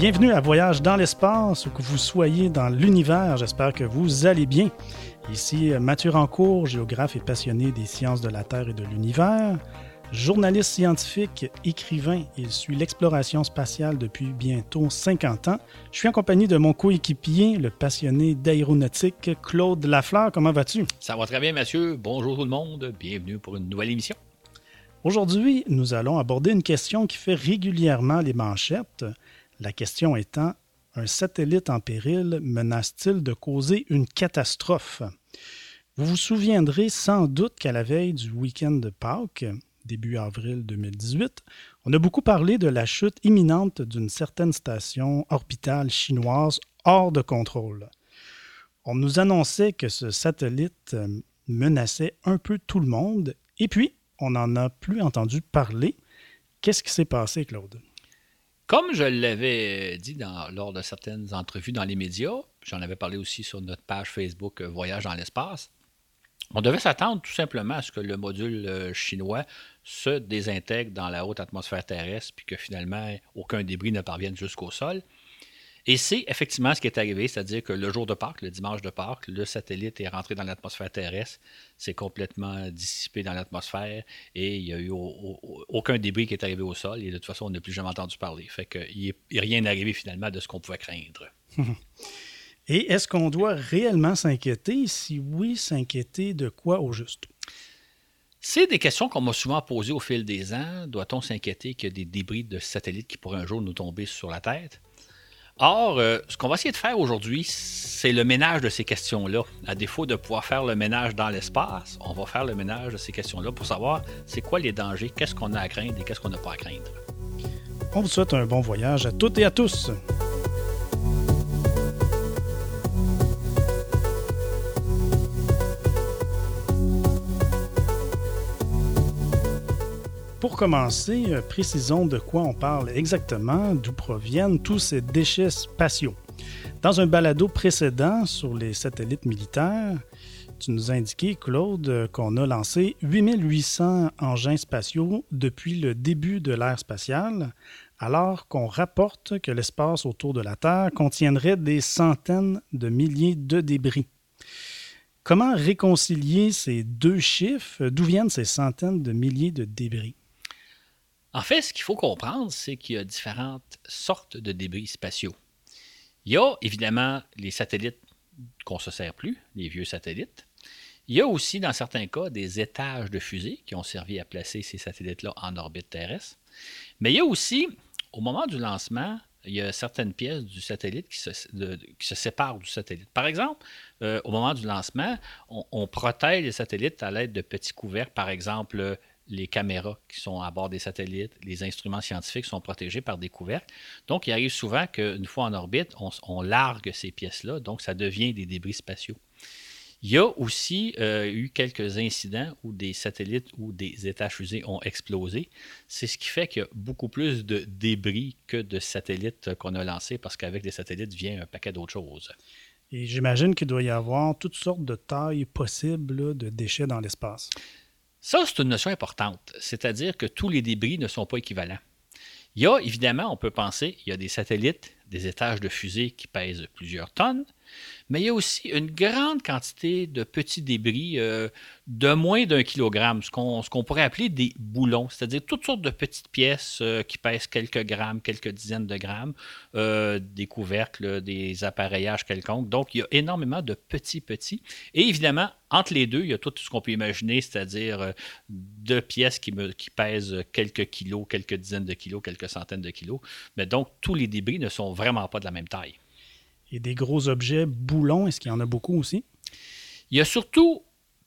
Bienvenue à Voyage dans l'espace, où que vous soyez dans l'univers, j'espère que vous allez bien. Ici Mathieu Rancourt, géographe et passionné des sciences de la Terre et de l'univers. Journaliste scientifique, écrivain, il suit l'exploration spatiale depuis bientôt 50 ans. Je suis en compagnie de mon coéquipier, le passionné d'aéronautique, Claude Lafleur. Comment vas-tu? Ça va très bien, Mathieu. Bonjour tout le monde. Bienvenue pour une nouvelle émission. Aujourd'hui, nous allons aborder une question qui fait régulièrement les manchettes. La question étant, un satellite en péril menace-t-il de causer une catastrophe? Vous vous souviendrez sans doute qu'à la veille du week-end de Pâques, début avril 2018, on a beaucoup parlé de la chute imminente d'une certaine station orbitale chinoise hors de contrôle. On nous annonçait que ce satellite menaçait un peu tout le monde, et puis on n'en a plus entendu parler. Qu'est-ce qui s'est passé, Claude? Comme je l'avais dit lors de certaines entrevues dans les médias, j'en avais parlé aussi sur notre page Facebook Voyage dans l'espace, on devait s'attendre tout simplement à ce que le module chinois se désintègre dans la haute atmosphère terrestre puis que finalement aucun débris ne parvienne jusqu'au sol. Et c'est effectivement ce qui est arrivé, c'est-à-dire que le jour de Pâques, le dimanche de Pâques, le satellite est rentré dans l'atmosphère terrestre, s'est complètement dissipé dans l'atmosphère et il n'y a eu aucun débris qui est arrivé au sol et de toute façon on n'a plus jamais entendu parler. Fait qu'il n'est rien arrivé finalement de ce qu'on pouvait craindre. Et est-ce qu'on doit réellement s'inquiéter? Si oui, s'inquiéter de quoi au juste? C'est des questions qu'on m'a souvent posées au fil des ans. Doit-on s'inquiéter qu'il y a des débris de satellites qui pourraient un jour nous tomber sur la tête? Or, ce qu'on va essayer de faire aujourd'hui, c'est le ménage de ces questions-là. À défaut de pouvoir faire le ménage dans l'espace, on va faire le ménage de ces questions-là pour savoir c'est quoi les dangers, qu'est-ce qu'on a à craindre et qu'est-ce qu'on n'a pas à craindre. On vous souhaite un bon voyage à toutes et à tous. Pour commencer, précisons de quoi on parle exactement, d'où proviennent tous ces déchets spatiaux. Dans un balado précédent sur les satellites militaires, tu nous as indiqué, Claude, qu'on a lancé 8800 engins spatiaux depuis le début de l'ère spatiale, alors qu'on rapporte que l'espace autour de la Terre contiendrait des centaines de milliers de débris. Comment réconcilier ces deux chiffres? D'où viennent ces centaines de milliers de débris? En fait, ce qu'il faut comprendre, c'est qu'il y a différentes sortes de débris spatiaux. Il y a évidemment les satellites qu'on ne se sert plus, les vieux satellites. Il y a aussi, dans certains cas, des étages de fusée qui ont servi à placer ces satellites-là en orbite terrestre. Mais il y a aussi, au moment du lancement, il y a certaines pièces du satellite qui se séparent du satellite. Par exemple, au moment du lancement, on protège les satellites à l'aide de petits couvercles, par exemple, les caméras qui sont à bord des satellites, les instruments scientifiques sont protégés par des couvercles. Donc, il arrive souvent qu'une fois en orbite, on largue ces pièces-là, donc ça devient des débris spatiaux. Il y a aussi eu quelques incidents où des satellites ou des étages fusées ont explosé. C'est ce qui fait qu'il y a beaucoup plus de débris que de satellites qu'on a lancés, parce qu'avec les satellites vient un paquet d'autres choses. Et j'imagine qu'il doit y avoir toutes sortes de tailles possibles là, de déchets dans l'espace. Ça, c'est une notion importante, c'est-à-dire que tous les débris ne sont pas équivalents. Il y a, évidemment, on peut penser, il y a des satellites, des étages de fusée qui pèsent plusieurs tonnes, mais il y a aussi une grande quantité de petits débris de moins d'1 kilogramme, ce qu'on pourrait appeler des boulons, c'est-à-dire toutes sortes de petites pièces qui pèsent quelques grammes, quelques dizaines de grammes, des couvercles, des appareillages quelconques. Donc, il y a énormément de petits. Et évidemment, entre les deux, il y a tout ce qu'on peut imaginer, c'est-à-dire de pièces qui pèsent quelques kilos, quelques dizaines de kilos, quelques centaines de kilos. Mais donc, tous les débris ne sont vraiment pas de la même taille. Et des gros objets boulons, est-ce qu'il y en a beaucoup aussi? Il y a surtout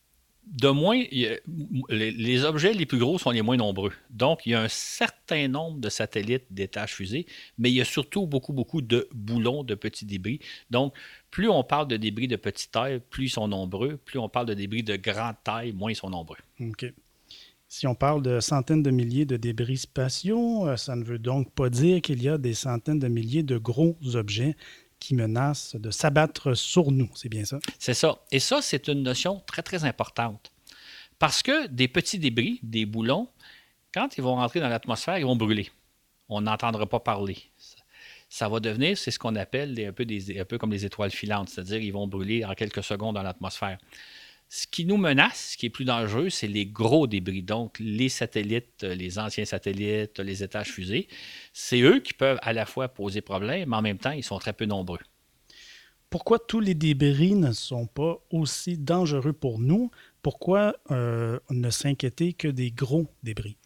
les objets les plus gros sont les moins nombreux. Donc, il y a un certain nombre de satellites, d'étages fusées, mais il y a surtout beaucoup de boulons, de petits débris. Donc, plus on parle de débris de petite taille, plus ils sont nombreux. Plus on parle de débris de grande taille, moins ils sont nombreux. OK. Si on parle de centaines de milliers de débris spatiaux, ça ne veut donc pas dire qu'il y a des centaines de milliers de gros objets qui menacent de s'abattre sur nous. C'est bien ça? C'est ça. Et ça, c'est une notion très, très importante. Parce que des petits débris, des boulons, quand ils vont rentrer dans l'atmosphère, ils vont brûler. On n'entendra pas parler. ça va devenir, c'est ce qu'on appelle un peu comme les étoiles filantes, c'est-à-dire ils vont brûler en quelques secondes dans l'atmosphère. Ce qui nous menace, ce qui est plus dangereux, c'est les gros débris. Donc, les satellites, les anciens satellites, les étages fusées, c'est eux qui peuvent à la fois poser problème, mais en même temps, ils sont très peu nombreux. Pourquoi tous les débris ne sont pas aussi dangereux pour nous? Pourquoi ne s'inquiéter que des gros débris?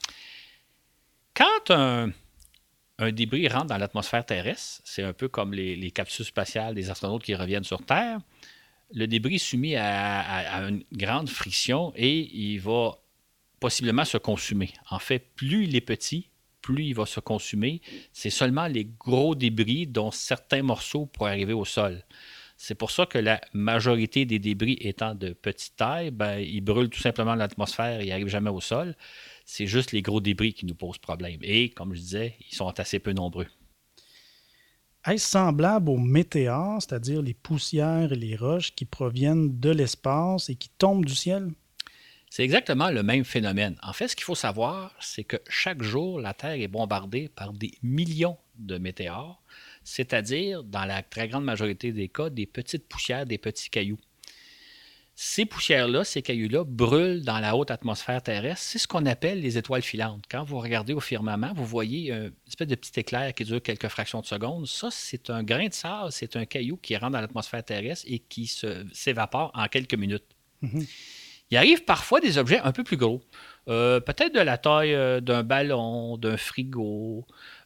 Quand un débris rentre dans l'atmosphère terrestre, c'est un peu comme les capsules spatiales des astronautes qui reviennent sur Terre. Le débris est soumis à une grande friction et il va possiblement se consumer. En fait, plus il est petit, plus il va se consumer. C'est seulement les gros débris dont certains morceaux pourraient arriver au sol. C'est pour ça que la majorité des débris étant de petite taille, ils brûlent tout simplement l'atmosphère et ils n'arrivent jamais au sol. C'est juste les gros débris qui nous posent problème. Et, comme je disais, ils sont assez peu nombreux. Est-ce semblable aux météores, c'est-à-dire les poussières et les roches qui proviennent de l'espace et qui tombent du ciel? C'est exactement le même phénomène. En fait, ce qu'il faut savoir, c'est que chaque jour, la Terre est bombardée par des millions de météores, c'est-à-dire, dans la très grande majorité des cas, des petites poussières, des petits cailloux. Ces poussières-là, ces cailloux-là brûlent dans la haute atmosphère terrestre. C'est ce qu'on appelle les étoiles filantes. Quand vous regardez au firmament, vous voyez une espèce de petit éclair qui dure quelques fractions de secondes. Ça, c'est un grain de sable, c'est un caillou qui rentre dans l'atmosphère terrestre et qui s'évapore en quelques minutes. Mm-hmm. Il arrive parfois des objets un peu plus gros. Peut-être de la taille d'un ballon, d'un frigo,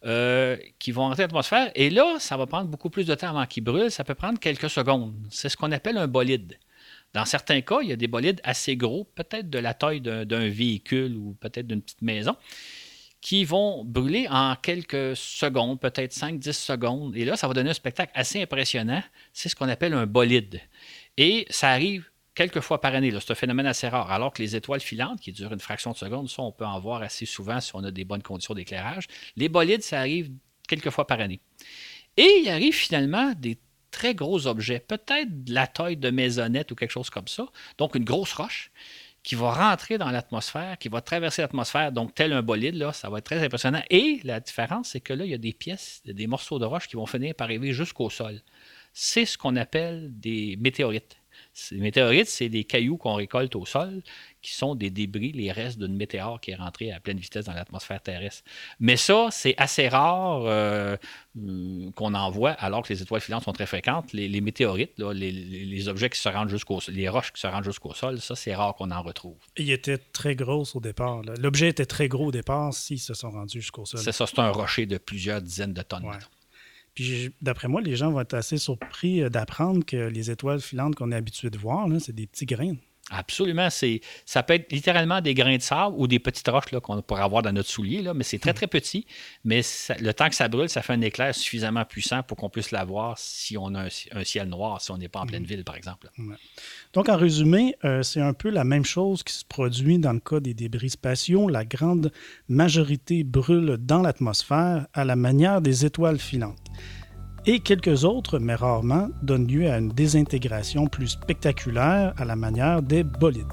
qui vont entrer dans l'atmosphère. Et là, ça va prendre beaucoup plus de temps avant qu'ils brûlent. Ça peut prendre quelques secondes. C'est ce qu'on appelle un bolide. Dans certains cas, il y a des bolides assez gros, peut-être de la taille d'un véhicule ou peut-être d'une petite maison, qui vont brûler en quelques secondes, peut-être 5-10 secondes. Et là, ça va donner un spectacle assez impressionnant. C'est ce qu'on appelle un bolide. Et ça arrive quelques fois par année. C'est un phénomène assez rare. Alors que les étoiles filantes, qui durent une fraction de seconde, ça, on peut en voir assez souvent si on a des bonnes conditions d'éclairage. Les bolides, ça arrive quelques fois par année. Et il arrive finalement des très gros objets, peut-être de la taille de maisonnette ou quelque chose comme ça, donc une grosse roche qui va rentrer dans l'atmosphère, qui va traverser l'atmosphère, donc tel un bolide, là, ça va être très impressionnant. Et la différence, c'est que là, il y a des pièces, des morceaux de roche qui vont finir par arriver jusqu'au sol. C'est ce qu'on appelle des météorites. Les météorites, c'est des cailloux qu'on récolte au sol, qui sont des débris, les restes d'une météore qui est rentrée à pleine vitesse dans l'atmosphère terrestre. Mais ça, c'est assez rare qu'on en voit, alors que les étoiles filantes sont très fréquentes. Les météorites, là, les objets qui se rendent les roches qui se rendent jusqu'au sol, ça, c'est rare qu'on en retrouve. Il était très gros au départ. Là. L'objet était très gros au départ s'ils se sont rendus jusqu'au sol. C'est ça, c'est un rocher de plusieurs dizaines de tonnes. Ouais. Puis, d'après moi, les gens vont être assez surpris d'apprendre que les étoiles filantes qu'on est habitué de voir, là, c'est des petits grains. Absolument. Ça peut être littéralement des grains de sable ou des petites roches là, qu'on pourrait avoir dans notre soulier, là, mais c'est très, très petit. Mais le temps que ça brûle, ça fait un éclair suffisamment puissant pour qu'on puisse la voir si on a un ciel noir, si on n'est pas en pleine ville, par exemple. Ouais. Donc, en résumé, c'est un peu la même chose qui se produit dans le cas des débris spatiaux. La grande majorité brûle dans l'atmosphère à la manière des étoiles filantes. Et quelques autres, mais rarement, donnent lieu à une désintégration plus spectaculaire à la manière des bolides.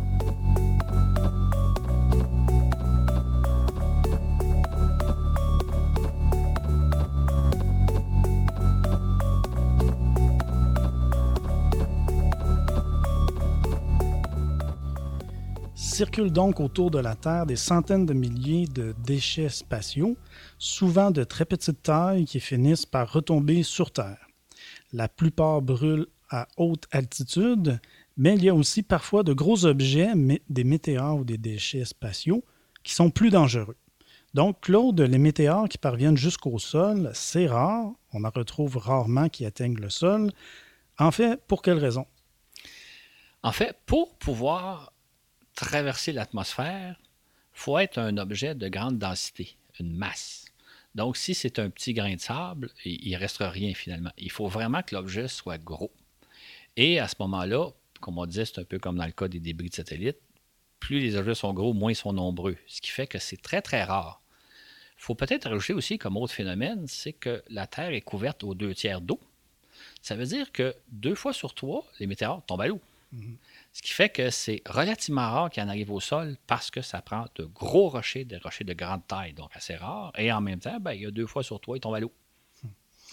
Circulent donc autour de la Terre des centaines de milliers de déchets spatiaux, souvent de très petite taille, qui finissent par retomber sur Terre. La plupart brûlent à haute altitude, mais il y a aussi parfois de gros objets, des météores ou des déchets spatiaux, qui sont plus dangereux. Donc, Claude, les météores qui parviennent jusqu'au sol, c'est rare. On en retrouve rarement qui atteignent le sol. En fait, pour quelle raison? En fait, pour pouvoir traverser l'atmosphère, il faut être un objet de grande densité, une masse. Donc, si c'est un petit grain de sable, il ne restera rien finalement. Il faut vraiment que l'objet soit gros. Et à ce moment-là, comme on disait, c'est un peu comme dans le cas des débris de satellites, plus les objets sont gros, moins ils sont nombreux. Ce qui fait que c'est très, très rare. Il faut peut-être rajouter aussi comme autre phénomène, c'est que la Terre est couverte aux 2/3 d'eau. Ça veut dire que 2 fois sur 3, les météores tombent à l'eau. Mm-hmm. Ce qui fait que c'est relativement rare qu'il en arrive au sol parce que ça prend de gros rochers, des rochers de grande taille, donc assez rares. Et en même temps, il y a 2 fois sur 3, ils tombent à l'eau.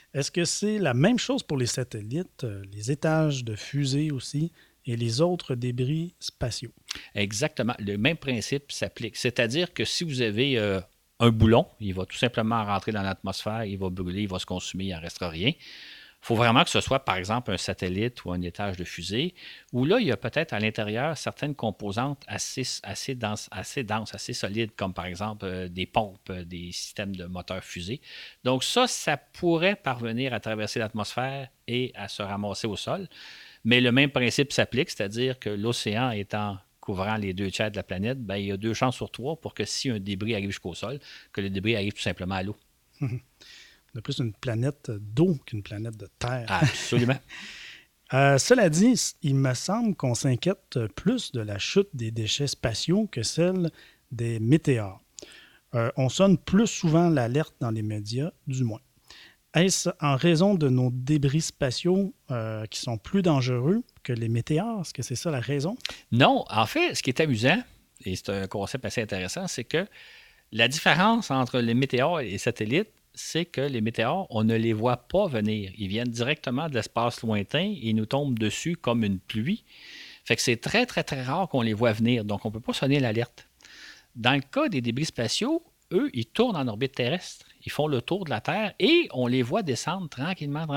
Est-ce que c'est la même chose pour les satellites, les étages de fusées aussi et les autres débris spatiaux? Exactement. Le même principe s'applique. C'est-à-dire que si vous avez un boulon, il va tout simplement rentrer dans l'atmosphère, il va brûler, il va se consumer, il n'en restera rien. Il faut vraiment que ce soit, par exemple, un satellite ou un étage de fusée, où là, il y a peut-être à l'intérieur certaines composantes assez denses, assez solides, comme par exemple des pompes, des systèmes de moteurs fusées. Donc ça pourrait parvenir à traverser l'atmosphère et à se ramasser au sol. Mais le même principe s'applique, c'est-à-dire que l'océan étant couvrant les 2 tiers de la planète, ben, il y a 2 chances sur 3 pour que si un débris arrive jusqu'au sol, que le débris arrive tout simplement à l'eau. On a plus une planète d'eau qu'une planète de terre. Absolument. Cela dit, il me semble qu'on s'inquiète plus de la chute des déchets spatiaux que celle des météores. On sonne plus souvent l'alerte dans les médias, du moins. Est-ce en raison de nos débris spatiaux qui sont plus dangereux que les météores? Est-ce que c'est ça la raison? Non, en fait, ce qui est amusant, et c'est un concept assez intéressant, c'est que la différence entre les météores et les satellites, c'est que les météores, on ne les voit pas venir. Ils viennent directement de l'espace lointain et ils nous tombent dessus comme une pluie. Fait que c'est très, très, très rare qu'on les voit venir. Donc, on ne peut pas sonner l'alerte. Dans le cas des débris spatiaux, eux, ils tournent en orbite terrestre. Ils font le tour de la Terre et on les voit descendre tranquillement.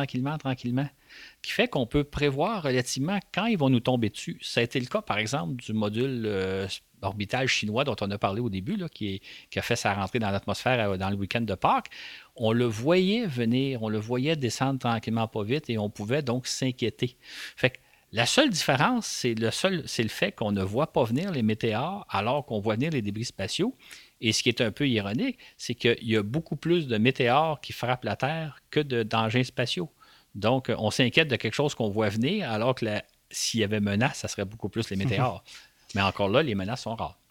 Qui fait qu'on peut prévoir relativement quand ils vont nous tomber dessus. Ça a été le cas, par exemple, du module orbital chinois dont on a parlé au début, là, qui a fait sa rentrée dans l'atmosphère dans le week-end de Pâques. On le voyait venir, on le voyait descendre tranquillement pas vite et on pouvait donc s'inquiéter. Fait que la seule différence, c'est le fait qu'on ne voit pas venir les météores alors qu'on voit venir les débris spatiaux. Et ce qui est un peu ironique, c'est qu'il y a beaucoup plus de météores qui frappent la Terre que d'engins spatiaux. Donc, on s'inquiète de quelque chose qu'on voit venir, alors que s'il y avait menace, ça serait beaucoup plus les météores. Mais encore là, les menaces sont rares.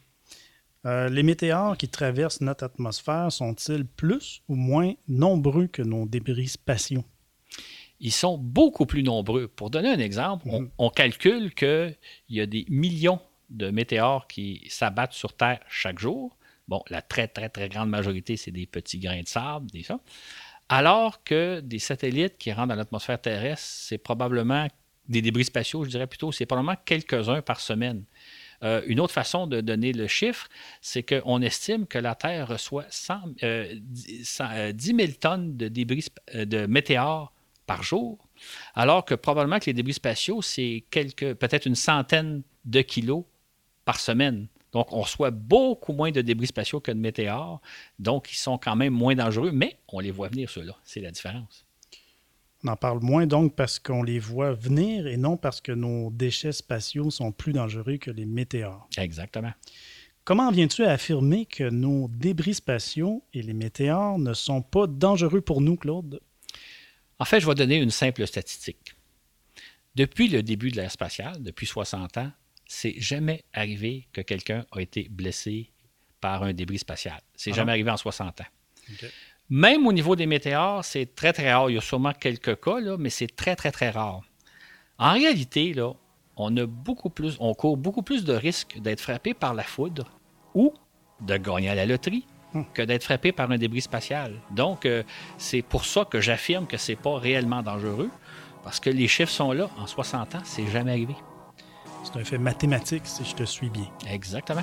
Les météores qui traversent notre atmosphère sont-ils plus ou moins nombreux que nos débris spatiaux? Ils sont beaucoup plus nombreux. Pour donner un exemple, on calcule qu'il y a des millions de météores qui s'abattent sur Terre chaque jour. Bon, la très, très, très grande majorité, c'est des petits grains de sable, ça. Alors que des satellites qui rentrent dans l'atmosphère terrestre, c'est probablement des débris spatiaux, je dirais plutôt, c'est probablement quelques-uns par semaine. Une autre façon de donner le chiffre, c'est qu'on estime que la Terre reçoit 10 000 tonnes de débris de météores par jour, alors que probablement que les débris spatiaux, c'est peut-être une centaine de kilos par semaine. Donc, on reçoit beaucoup moins de débris spatiaux que de météores. Donc, ils sont quand même moins dangereux, mais on les voit venir, ceux-là. C'est la différence. On en parle moins donc parce qu'on les voit venir et non parce que nos déchets spatiaux sont plus dangereux que les météores. Exactement. Comment viens-tu à affirmer que nos débris spatiaux et les météores ne sont pas dangereux pour nous, Claude? En fait, je vais donner une simple statistique. Depuis le début de l'ère spatiale, depuis 60 ans, c'est jamais arrivé que quelqu'un a été blessé par un débris spatial. C'est jamais arrivé en 60 ans. Okay. Même au niveau des météores, c'est très, très rare. Il y a sûrement quelques cas, là, mais c'est très, très, très rare. En réalité, là, on court beaucoup plus de risques d'être frappé par la foudre ou de gagner à la loterie que d'être frappé par un débris spatial. Donc, c'est pour ça que j'affirme que c'est pas réellement dangereux, parce que les chiffres sont là. En 60 ans, c'est jamais arrivé. C'est un fait mathématique, si je te suis bien. Exactement.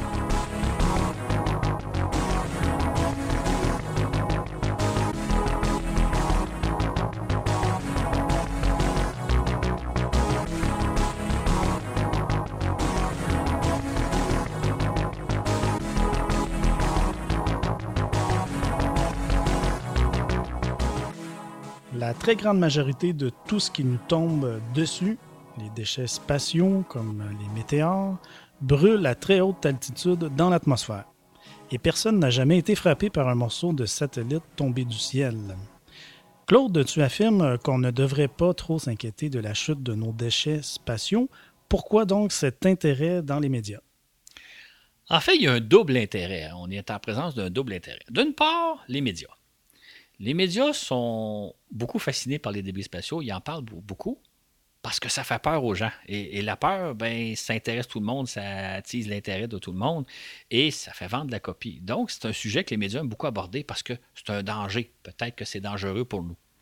La très grande majorité de tout ce qui nous tombe dessus, les déchets spatiaux comme les météores, brûlent à très haute altitude dans l'atmosphère. Et personne n'a jamais été frappé par un morceau de satellite tombé du ciel. Claude, tu affirmes qu'on ne devrait pas trop s'inquiéter de la chute de nos déchets spatiaux. Pourquoi donc cet intérêt dans les médias? En fait, il y a un double intérêt. On est en présence d'un double intérêt. D'une part, les médias. Les médias sont beaucoup fascinés par les débris spatiaux. Ils en parlent beaucoup parce que ça fait peur aux gens. Et la peur, ben, ça intéresse tout le monde, ça attise l'intérêt de tout le monde et ça fait vendre la copie. Donc, c'est un sujet que les médias aiment beaucoup aborder parce que c'est un danger. Peut-être que c'est dangereux pour nous.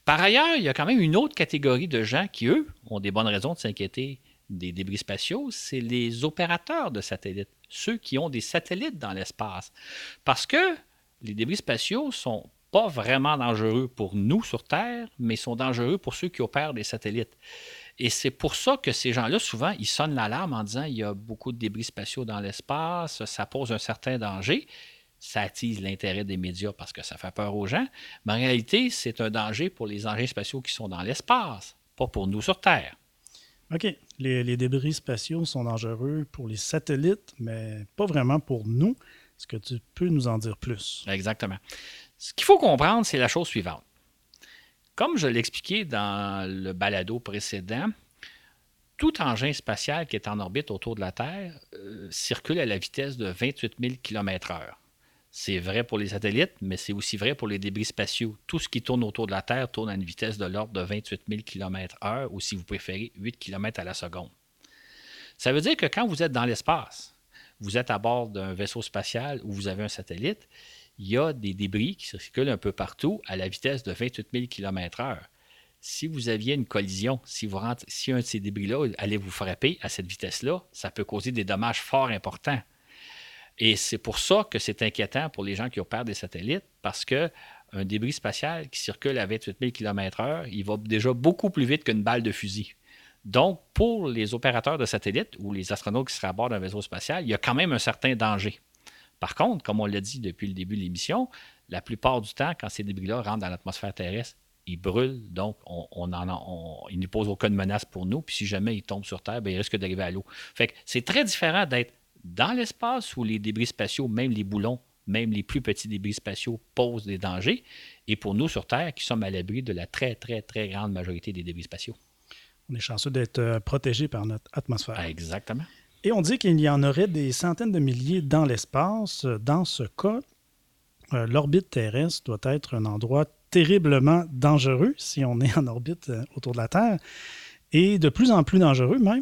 Par ailleurs, il y a quand même une autre catégorie de gens qui, eux, ont des bonnes raisons de s'inquiéter des débris spatiaux, c'est les opérateurs de satellites, ceux qui ont des satellites dans l'espace. Parce que les débris spatiaux sont pas vraiment dangereux pour nous sur Terre, mais sont dangereux pour ceux qui opèrent des satellites. Et c'est pour ça que ces gens-là, souvent, ils sonnent l'alarme en disant il y a beaucoup de débris spatiaux dans l'espace, ça pose un certain danger. Ça attise l'intérêt des médias parce que ça fait peur aux gens. Mais en réalité, c'est un danger pour les engins spatiaux qui sont dans l'espace, pas pour nous sur Terre. OK. Les débris spatiaux sont dangereux pour les satellites, mais pas vraiment pour nous. Est-ce que tu peux nous en dire plus? Exactement. Ce qu'il faut comprendre, c'est la chose suivante. Comme je l'expliquais dans le balado précédent, tout engin spatial qui est en orbite autour de la Terre circule à la vitesse de 28 000 km/h. C'est vrai pour les satellites, mais c'est aussi vrai pour les débris spatiaux. Tout ce qui tourne autour de la Terre tourne à une vitesse de l'ordre de 28 000 km/h, ou si vous préférez, 8 km à la seconde. Ça veut dire que quand vous êtes dans l'espace, vous êtes à bord d'un vaisseau spatial ou vous avez un satellite, il y a des débris qui circulent un peu partout à la vitesse de 28 000 km/h. Si vous aviez une collision, si un de ces débris-là allait vous frapper à cette vitesse-là, ça peut causer des dommages fort importants. Et c'est pour ça que c'est inquiétant pour les gens qui opèrent des satellites, parce qu'un débris spatial qui circule à 28 000 km/h, il va déjà beaucoup plus vite qu'une balle de fusil. Donc, pour les opérateurs de satellites ou les astronautes qui seraient à bord d'un vaisseau spatial, il y a quand même un certain danger. Par contre, comme on l'a dit depuis le début de l'émission, la plupart du temps, quand ces débris-là rentrent dans l'atmosphère terrestre, ils brûlent, donc ils ne posent aucune menace pour nous. Puis si jamais ils tombent sur Terre, bien, ils risquent d'arriver à l'eau. Fait que c'est très différent d'être dans l'espace où les débris spatiaux, même les boulons, même les plus petits débris spatiaux posent des dangers, et pour nous sur Terre qui sommes à l'abri de la très, très, très grande majorité des débris spatiaux. On est chanceux d'être protégés par notre atmosphère. Exactement. Et on dit qu'il y en aurait des centaines de milliers dans l'espace. Dans ce cas, l'orbite terrestre doit être un endroit terriblement dangereux si on est en orbite autour de la Terre, et de plus en plus dangereux même.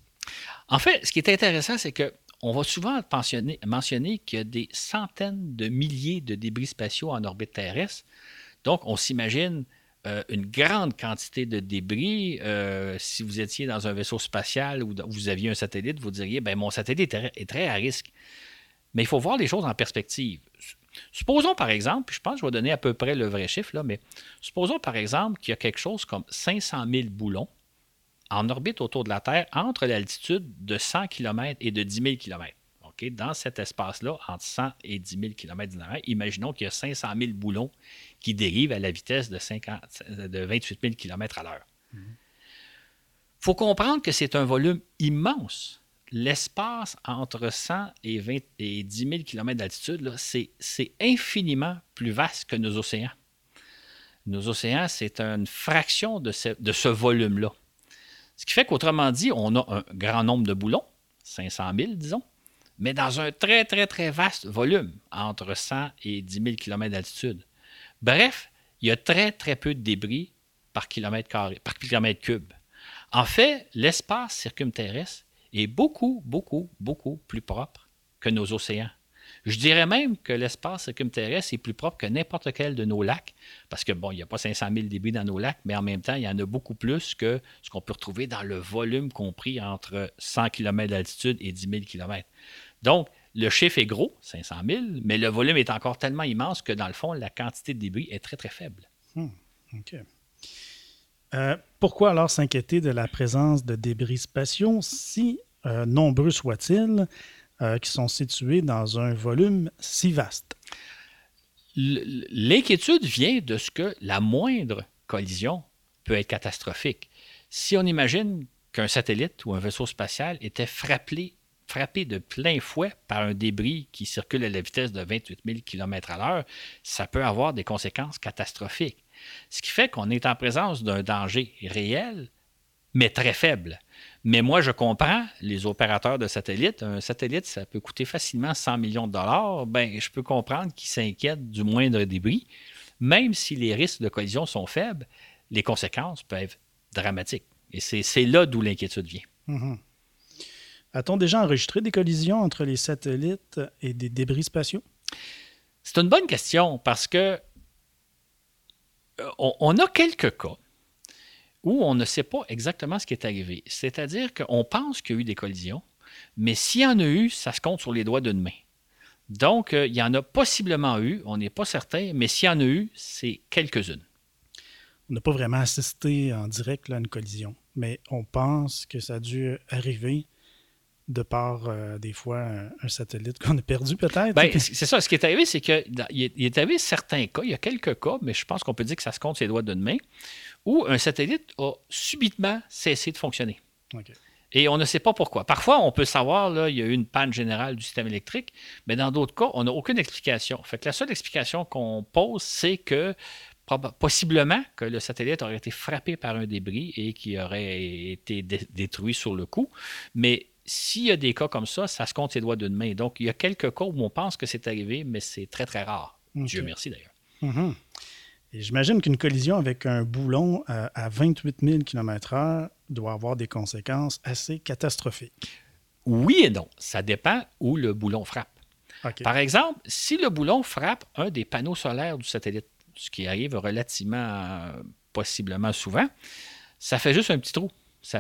En fait, ce qui est intéressant, c'est qu'on va souvent mentionner qu'il y a des centaines de milliers de débris spatiaux en orbite terrestre. Donc, on s'imagine une grande quantité de débris. Si vous étiez dans un vaisseau spatial ou vous aviez un satellite, vous diriez, bien, mon satellite est très à risque. Mais il faut voir les choses en perspective. Supposons par exemple, puis je pense que je vais donner à peu près le vrai chiffre, là, mais supposons par exemple qu'il y a quelque chose comme 500 000 boulons en orbite autour de la Terre entre l'altitude de 100 km et de 10 000 km. Okay? Dans cet espace-là, entre 100 et 10 000 km d'IA, imaginons qu'il y a 500 000 boulons qui dérivent à la vitesse de 28 000 km à l'heure. Il faut comprendre que c'est un volume immense. L'espace entre 100 et 10 000 km d'altitude, là, c'est infiniment plus vaste que nos océans. Nos océans, c'est une fraction de ce volume-là. Ce qui fait qu'autrement dit, on a un grand nombre de boulons, 500 000, disons, mais dans un très, très, très vaste volume, entre 100 et 10 000 km d'altitude. Bref, il y a très, très peu de débris par kilomètre cube. En fait, l'espace circumterrestre est beaucoup, beaucoup, beaucoup plus propre que nos océans. Je dirais même que l'espace circumterrestre est plus propre que n'importe quel de nos lacs, parce que, bon, il n'y a pas 500 000 débris dans nos lacs, mais en même temps, il y en a beaucoup plus que ce qu'on peut retrouver dans le volume compris entre 100 km d'altitude et 10 000 km. Donc, le chiffre est gros, 500 000, mais le volume est encore tellement immense que, dans le fond, la quantité de débris est très, très faible. OK. Pourquoi alors s'inquiéter de la présence de débris spatiaux, si nombreux soient-ils, qui sont situés dans un volume si vaste? L'inquiétude vient de ce que la moindre collision peut être catastrophique. Si on imagine qu'un satellite ou un vaisseau spatial était frappé de plein fouet par un débris qui circule à la vitesse de 28 000 km à l'heure, ça peut avoir des conséquences catastrophiques. Ce qui fait qu'on est en présence d'un danger réel, mais très faible. Mais moi, je comprends les opérateurs de satellites. Un satellite, ça peut coûter facilement 100 millions de dollars. Bien, je peux comprendre qu'ils s'inquiètent du moindre débris. Même si les risques de collision sont faibles, les conséquences peuvent être dramatiques. Et c'est là d'où l'inquiétude vient. Mm-hmm. A-t-on déjà enregistré des collisions entre les satellites et des débris spatiaux? C'est une bonne question parce que On a quelques cas où on ne sait pas exactement ce qui est arrivé. C'est-à-dire qu'on pense qu'il y a eu des collisions, mais s'il y en a eu, ça se compte sur les doigts d'une main. Donc, il y en a possiblement eu, on n'est pas certain, mais s'il y en a eu, c'est quelques-unes. On n'a pas vraiment assisté en direct là, à une collision, mais on pense que ça a dû arriver de par, des fois, un satellite qu'on a perdu peut-être. Bien, c'est ça. Ce qui est arrivé, c'est qu'il est arrivé certains cas, il y a quelques cas, mais je pense qu'on peut dire que ça se compte sur les doigts d'une main, où un satellite a subitement cessé de fonctionner. OK. Et on ne sait pas pourquoi. Parfois, on peut savoir, là, il y a eu une panne générale du système électrique, mais dans d'autres cas, on n'a aucune explication. Fait que la seule explication qu'on pose, c'est que possiblement que le satellite aurait été frappé par un débris et qu'il aurait été détruit sur le coup. Mais s'il y a des cas comme ça, ça se compte ses doigts d'une main. Donc, il y a quelques cas où on pense que c'est arrivé, mais c'est très, très rare. Okay. Dieu merci d'ailleurs. Mm-hmm. Et j'imagine qu'une collision avec un boulon à 28 000 km/h doit avoir des conséquences assez catastrophiques. Oui et non. Ça dépend où le boulon frappe. Okay. Par exemple, si le boulon frappe un des panneaux solaires du satellite, ce qui arrive relativement, possiblement souvent, ça fait juste un petit trou.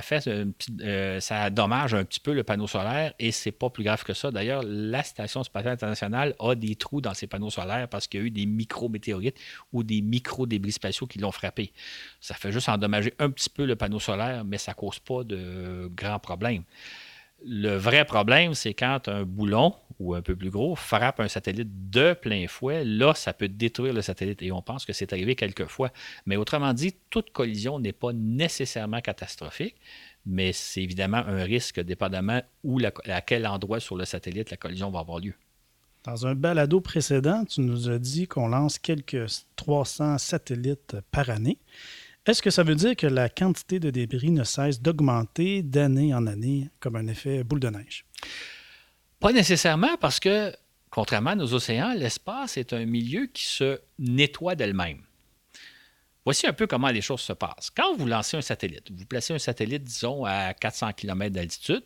Ça endommage un petit peu le panneau solaire et c'est pas plus grave que ça. D'ailleurs, la Station spatiale internationale a des trous dans ses panneaux solaires parce qu'il y a eu des micro-météorites ou des micro-débris spatiaux qui l'ont frappé. Ça fait juste endommager un petit peu le panneau solaire, mais ça cause pas de grands problèmes. Le vrai problème, c'est quand un boulon, ou un peu plus gros, frappe un satellite de plein fouet. Là, ça peut détruire le satellite. Et on pense que c'est arrivé quelques fois. Mais autrement dit, toute collision n'est pas nécessairement catastrophique, mais c'est évidemment un risque, dépendamment à quel endroit sur le satellite la collision va avoir lieu. Dans un balado précédent, tu nous as dit qu'on lance quelques 300 satellites par année. Est-ce que ça veut dire que la quantité de débris ne cesse d'augmenter d'année en année comme un effet boule de neige? Pas nécessairement parce que, contrairement à nos océans, l'espace est un milieu qui se nettoie d'elle-même. Voici un peu comment les choses se passent. Quand vous lancez un satellite, vous placez un satellite, disons, à 400 km d'altitude,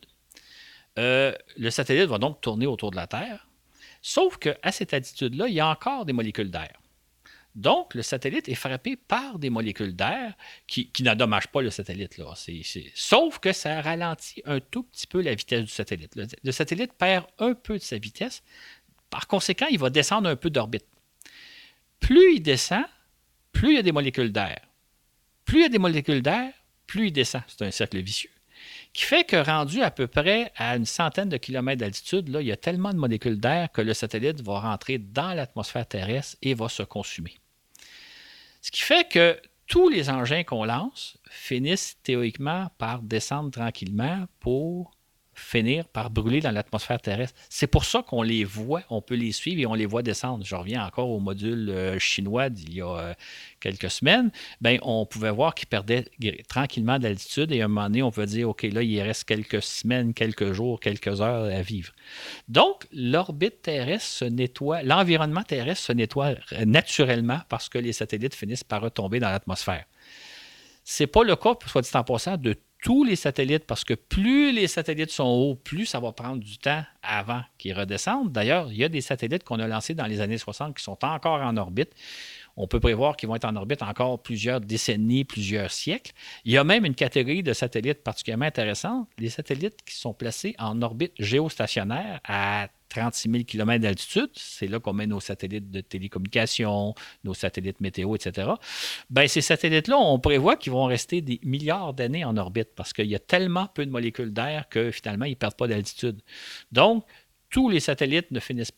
le satellite va donc tourner autour de la Terre, sauf qu'à cette altitude-là, il y a encore des molécules d'air. Donc, le satellite est frappé par des molécules d'air qui n'endommagent pas le satellite. Là. Sauf que ça ralentit un tout petit peu la vitesse du satellite. Le satellite perd un peu de sa vitesse. Par conséquent, il va descendre un peu d'orbite. Plus il descend, plus il y a des molécules d'air. Plus il y a des molécules d'air, plus il descend. C'est un cercle vicieux. Qui fait que rendu à peu près à une centaine de kilomètres d'altitude, là, il y a tellement de molécules d'air que le satellite va rentrer dans l'atmosphère terrestre et va se consumer. Ce qui fait que tous les engins qu'on lance finissent théoriquement par descendre tranquillement pour finir par brûler dans l'atmosphère terrestre. C'est pour ça qu'on les voit, on peut les suivre et on les voit descendre. Je reviens encore au module chinois d'il y a quelques semaines. Bien, on pouvait voir qu'ils perdaient tranquillement d'altitude et à un moment donné, on peut dire, OK, là, il reste quelques semaines, quelques jours, quelques heures à vivre. Donc, l'orbite terrestre se nettoie, l'environnement terrestre se nettoie naturellement parce que les satellites finissent par retomber dans l'atmosphère. Ce n'est pas le cas, soit dit en passant, de tous les satellites, parce que plus les satellites sont hauts, plus ça va prendre du temps avant qu'ils redescendent. D'ailleurs, il y a des satellites qu'on a lancés dans les années 60 qui sont encore en orbite. On peut prévoir qu'ils vont être en orbite encore plusieurs décennies, plusieurs siècles. Il y a même une catégorie de satellites particulièrement intéressante, les satellites qui sont placés en orbite géostationnaire à 36 000 km d'altitude. C'est là qu'on met nos satellites de télécommunications, nos satellites météo, etc. Bien, ces satellites-là, on prévoit qu'ils vont rester des milliards d'années en orbite parce qu'il y a tellement peu de molécules d'air que finalement, ils ne perdent pas d'altitude. Donc, tous les satellites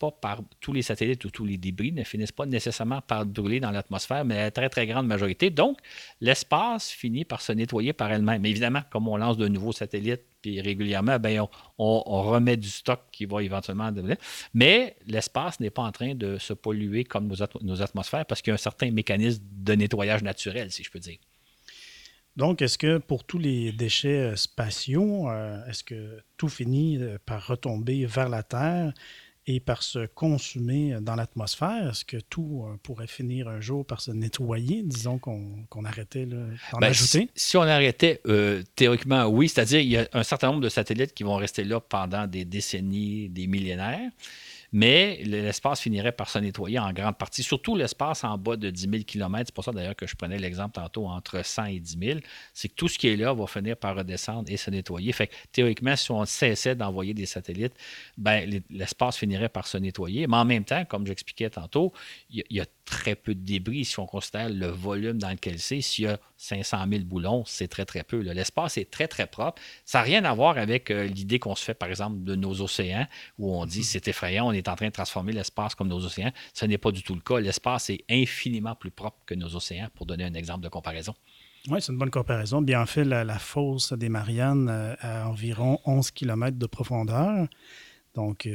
ou tous les débris ne finissent pas nécessairement par brûler dans l'atmosphère, mais à la très, très grande majorité. Donc, l'espace finit par se nettoyer par elle-même. Mais évidemment, comme on lance de nouveaux satellites, puis régulièrement, bien, on remet du stock qui va éventuellement devenir. Mais l'espace n'est pas en train de se polluer comme nos atmosphères parce qu'il y a un certain mécanisme de nettoyage naturel, si je peux dire. Donc, est-ce que pour tous les déchets spatiaux, est-ce que tout finit par retomber vers la Terre et par se consumer dans l'atmosphère? Est-ce que tout pourrait finir un jour par se nettoyer? Disons qu'on arrêtait d'en ajouter. Si on arrêtait, théoriquement, oui. C'est-à-dire qu'il y a un certain nombre de satellites qui vont rester là pendant des décennies, des millénaires. mais l'espace finirait par se nettoyer en grande partie, surtout l'espace en bas de 10 000 km. C'est pour ça d'ailleurs que je prenais l'exemple tantôt entre 100 et 10 000. C'est que tout ce qui est là va finir par redescendre et se nettoyer. Fait que théoriquement, si on cessait d'envoyer des satellites, ben, l'espace finirait par se nettoyer. Mais en même temps, comme j'expliquais tantôt, il y a très peu de débris si on considère le volume dans lequel c'est. S'il y a 500 000 boulons, c'est très, très peu. Là. L'espace est très, très propre. Ça n'a rien à voir avec l'idée qu'on se fait, par exemple, de nos océans, où on dit c'est effrayant, on est en train de transformer l'espace comme nos océans. Ce n'est pas du tout le cas. L'espace est infiniment plus propre que nos océans, pour donner un exemple de comparaison. Oui, c'est une bonne comparaison. Bien, en fait, la fosse des Mariannes à environ 11 km de profondeur. Donc,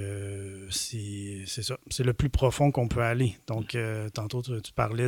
c'est ça. C'est le plus profond qu'on peut aller. Donc, tantôt, tu parlais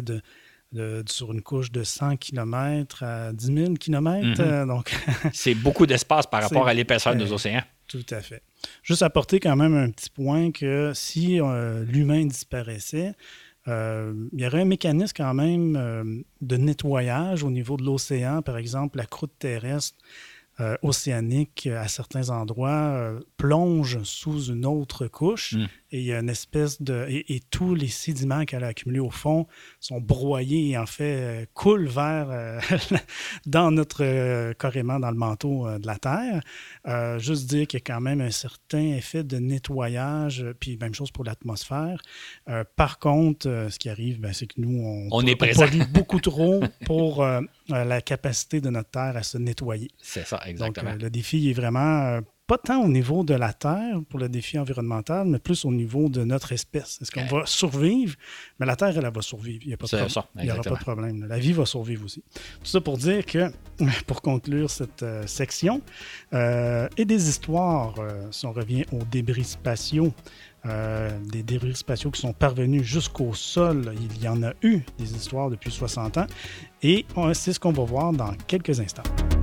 sur une couche de 100 km à 10 000 km. Donc, c'est beaucoup d'espace par rapport à l'épaisseur de nos océans. Tout à fait. Juste apporter quand même un petit point que si l'humain disparaissait, il y aurait un mécanisme quand même de nettoyage au niveau de l'océan. Par exemple, la croûte terrestre océanique, à certains endroits, plonge sous une autre couche et il y a une espèce de... Et tous les sédiments qu'elle a accumulés au fond sont broyés et en fait coulent vers... dans notre... carrément dans le manteau de la Terre. Juste dire qu'il y a quand même un certain effet de nettoyage, puis même chose pour l'atmosphère. Par contre, ce qui arrive, ben, c'est que nous, on pollue beaucoup trop pour la capacité de notre Terre à se nettoyer. C'est ça, exactement. Donc, le défi est vraiment pas tant au niveau de la Terre pour le défi environnemental, mais plus au niveau de notre espèce. Est-ce qu'on va survivre? Mais la Terre, elle va survivre. Il n'y a pas de problème. Il n'y aura pas de problème. La vie va survivre aussi. Tout ça pour dire que, pour conclure cette section, et des histoires, si on revient aux débris spatiaux, des débris spatiaux qui sont parvenus jusqu'au sol. Il y en a eu des histoires depuis 60 ans. Et c'est ce qu'on va voir dans quelques instants.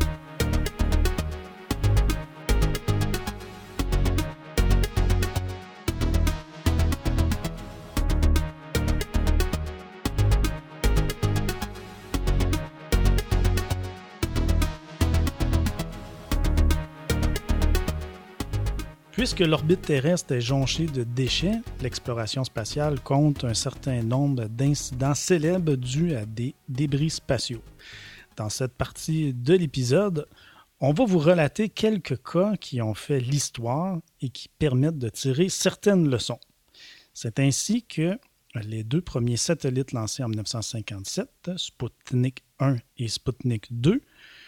Puisque l'orbite terrestre est jonchée de déchets, l'exploration spatiale compte un certain nombre d'incidents célèbres dus à des débris spatiaux. Dans cette partie de l'épisode, on va vous relater quelques cas qui ont fait l'histoire et qui permettent de tirer certaines leçons. C'est ainsi que les deux premiers satellites lancés en 1957, Sputnik 1 et Sputnik 2,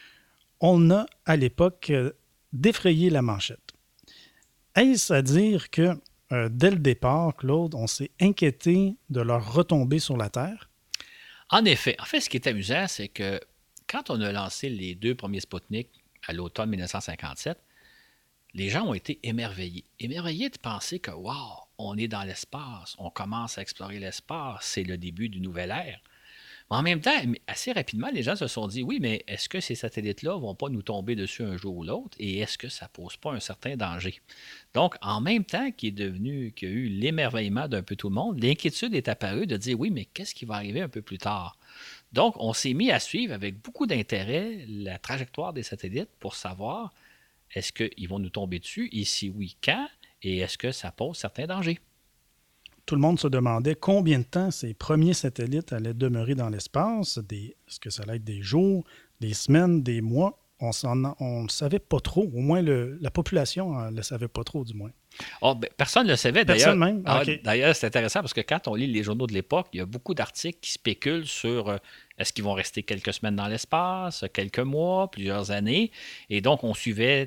on a à l'époque défrayé la manchette. Est-ce à dire que, dès le départ, Claude, on s'est inquiété de leur retombée sur la Terre? En effet. En fait, ce qui est amusant, c'est que quand on a lancé les deux premiers Sputnik à l'automne 1957, les gens ont été émerveillés. Émerveillés de penser que, wow, on est dans l'espace, on commence à explorer l'espace, c'est le début d'une nouvelle ère. Mais en même temps, assez rapidement, les gens se sont dit, oui, mais est-ce que ces satellites-là ne vont pas nous tomber dessus un jour ou l'autre et est-ce que ça ne pose pas un certain danger? Donc, en même temps qu'il y a eu l'émerveillement d'un peu tout le monde, l'inquiétude est apparue de dire, oui, mais qu'est-ce qui va arriver un peu plus tard? Donc, on s'est mis à suivre avec beaucoup d'intérêt la trajectoire des satellites pour savoir est-ce qu'ils vont nous tomber dessus et si oui, quand et est-ce que ça pose certains dangers? Tout le monde se demandait combien de temps ces premiers satellites allaient demeurer dans l'espace. Est-ce que ça allait être des jours, des semaines, des mois? On ne savait pas trop. Au moins, la population ne le savait pas trop, du moins. Oh, ben, personne ne le savait, d'ailleurs. Personne même? Okay. D'ailleurs, c'est intéressant parce que quand on lit les journaux de l'époque, il y a beaucoup d'articles qui spéculent sur est-ce qu'ils vont rester quelques semaines dans l'espace, quelques mois, plusieurs années. Et donc, on suivait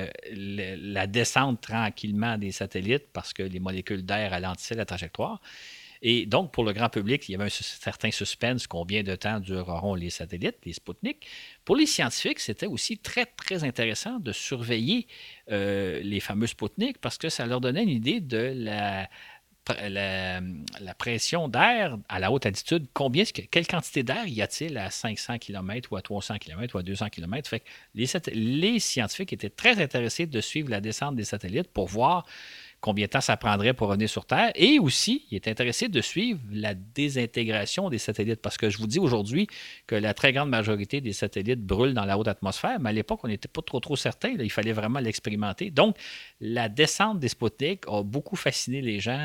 la descente tranquillement des satellites parce que les molécules d'air ralentissaient la trajectoire. Et donc, pour le grand public, il y avait un certain suspense combien de temps dureront les satellites, les Sputnik. Pour les scientifiques, c'était aussi très, très intéressant de surveiller les fameux Sputnik parce que ça leur donnait une idée de la pression d'air à la haute altitude. Quelle quantité d'air y a-t-il à 500 km ou à 300 km ou à 200 km? Fait que les scientifiques étaient très intéressés de suivre la descente des satellites pour voir combien de temps ça prendrait pour revenir sur Terre. Et aussi, il est intéressé de suivre la désintégration des satellites. Parce que je vous dis aujourd'hui que la très grande majorité des satellites brûlent dans la haute atmosphère, mais à l'époque, on n'était pas trop certain. Là, il fallait vraiment l'expérimenter. Donc, la descente des Sputnik a beaucoup fasciné les gens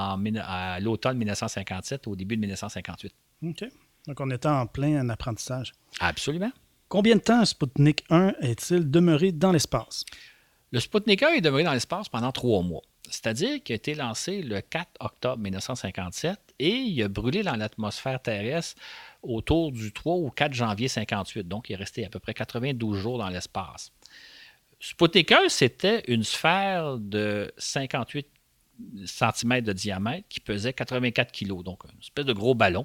à l'automne 1957, au début de 1958. OK. Donc, on était en plein apprentissage. Absolument. Combien de temps Sputnik 1 est-il demeuré dans l'espace? Le Sputnik 1 est demeuré dans l'espace pendant 3 mois. C'est-à-dire qu'il a été lancé le 4 octobre 1957 et il a brûlé dans l'atmosphère terrestre autour du 3 ou 4 janvier 1958. Donc, il est resté à peu près 92 jours dans l'espace. Sputnik 1, c'était une sphère de 58 cm de diamètre qui pesait 84 kg, donc une espèce de gros ballon.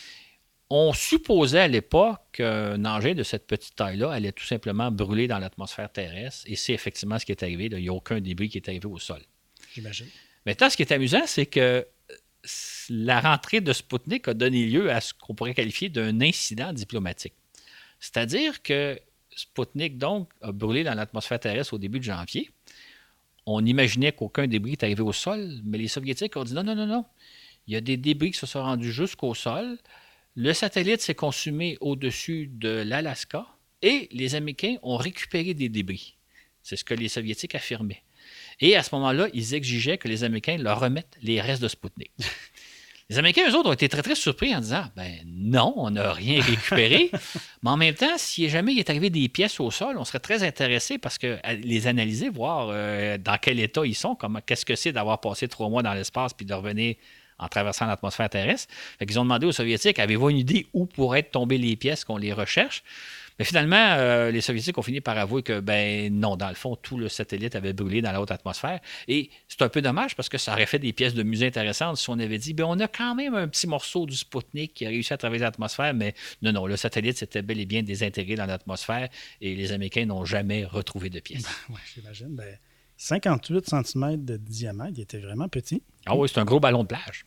On supposait à l'époque qu'un engin de cette petite taille-là allait tout simplement brûler dans l'atmosphère terrestre, et c'est effectivement ce qui est arrivé. Il n'y a aucun débris qui est arrivé au sol. J'imagine. Maintenant, ce qui est amusant, c'est que la rentrée de Sputnik a donné lieu à ce qu'on pourrait qualifier d'un incident diplomatique. C'est-à-dire que Sputnik, donc, a brûlé dans l'atmosphère terrestre au début de janvier. On imaginait qu'aucun débris est arrivé au sol, mais les Soviétiques ont dit non. Il y a des débris qui se sont rendus jusqu'au sol. Le satellite s'est consumé au-dessus de l'Alaska et les Américains ont récupéré des débris. C'est ce que les Soviétiques affirmaient. Et à ce moment-là, ils exigeaient que les Américains leur remettent les restes de Sputnik. Les Américains, eux autres, ont été très, très surpris en disant non, on n'a rien récupéré. Mais en même temps, si jamais il est arrivé des pièces au sol, on serait très intéressés parce que à les analyser, voir dans quel état ils sont, qu'est-ce que c'est d'avoir passé 3 mois dans l'espace puis de revenir en traversant l'atmosphère terrestre. Fait qu'ils ont demandé aux Soviétiques, avez-vous une idée où pourraient tomber les pièces qu'on les recherche? Mais finalement, les Soviétiques ont fini par avouer que, non, dans le fond, tout le satellite avait brûlé dans la haute atmosphère. Et c'est un peu dommage parce que ça aurait fait des pièces de musée intéressantes si on avait dit, on a quand même un petit morceau du Sputnik qui a réussi à traverser l'atmosphère, mais non, le satellite s'était bel et bien désintégré dans l'atmosphère et les Américains n'ont jamais retrouvé de pièces. Oui, j'imagine. 58 cm de diamètre, il était vraiment petit. Ah oui, c'est un gros ballon de plage.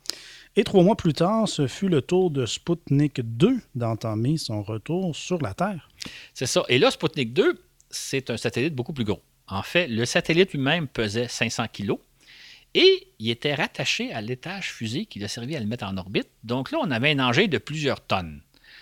Et 3 mois plus tard, ce fut le tour de Sputnik 2 d'entamer son retour sur la Terre. C'est ça. Et là, Sputnik 2, c'est un satellite beaucoup plus gros. En fait, le satellite lui-même pesait 500 kg et il était rattaché à l'étage fusée qui a servi à le mettre en orbite. Donc là, on avait un engin de plusieurs tonnes.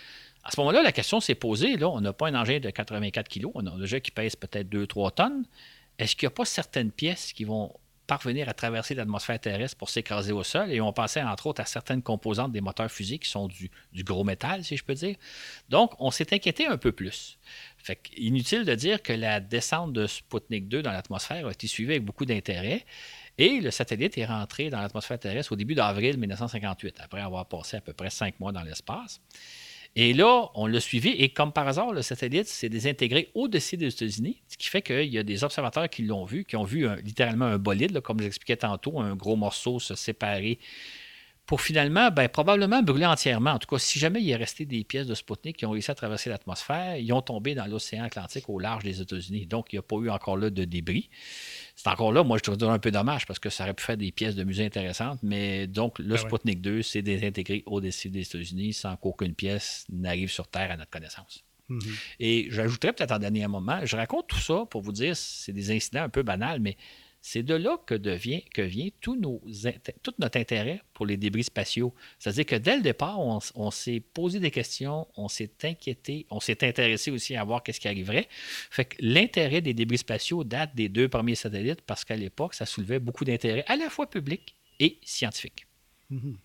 À ce moment-là, la question s'est posée. Là, on n'a pas un engin de 84 kg, on a un engin qui pèse peut-être 2-3 tonnes. Est-ce qu'il n'y a pas certaines pièces qui vont parvenir à traverser l'atmosphère terrestre pour s'écraser au sol? Et on pensait entre autres à certaines composantes des moteurs fusées qui sont du gros métal, si je peux dire. Donc, on s'est inquiété un peu plus. Fait inutile de dire que la descente de Sputnik 2 dans l'atmosphère a été suivie avec beaucoup d'intérêt. Et le satellite est rentré dans l'atmosphère terrestre au début d'avril 1958, après avoir passé à peu près 5 mois dans l'espace. Et là, on l'a suivi et comme par hasard, le satellite s'est désintégré au-dessus des États-Unis, ce qui fait qu'il y a des observateurs qui l'ont vu, qui ont vu littéralement un bolide, là, comme j'expliquais tantôt, un gros morceau se séparer pour finalement, probablement brûler entièrement. En tout cas, si jamais il est resté des pièces de Sputnik qui ont réussi à traverser l'atmosphère, ils ont tombé dans l'océan Atlantique au large des États-Unis. Donc, il n'y a pas eu encore là de débris. C'est encore là, moi, je trouve un peu dommage parce que ça aurait pu faire des pièces de musée intéressantes, mais donc, le Sputnik 2 s'est désintégré au-dessus des États-Unis sans qu'aucune pièce n'arrive sur Terre à notre connaissance. Mm-hmm. Et j'ajouterais peut-être en dernier moment, je raconte tout ça pour vous dire, c'est des incidents un peu banals, mais c'est de là que vient tout notre intérêt pour les débris spatiaux. C'est-à-dire que dès le départ, on s'est posé des questions, on s'est inquiété, on s'est intéressé aussi à voir qu'est-ce qui arriverait. Fait que l'intérêt des débris spatiaux date des 2 premiers satellites parce qu'à l'époque, ça soulevait beaucoup d'intérêt à la fois public et scientifique. Mm-hmm.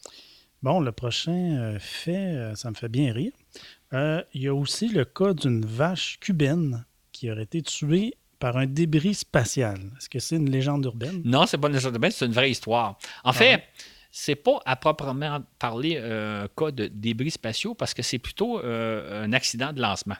Bon, le prochain fait, ça me fait bien rire. Il y a aussi le cas d'une vache cubaine qui aurait été tuée par un débris spatial. Est-ce que c'est une légende urbaine? Non, c'est pas une légende urbaine, c'est une vraie histoire. En fait, c'est pas à proprement parler un cas de débris spatiaux parce que c'est plutôt un accident de lancement.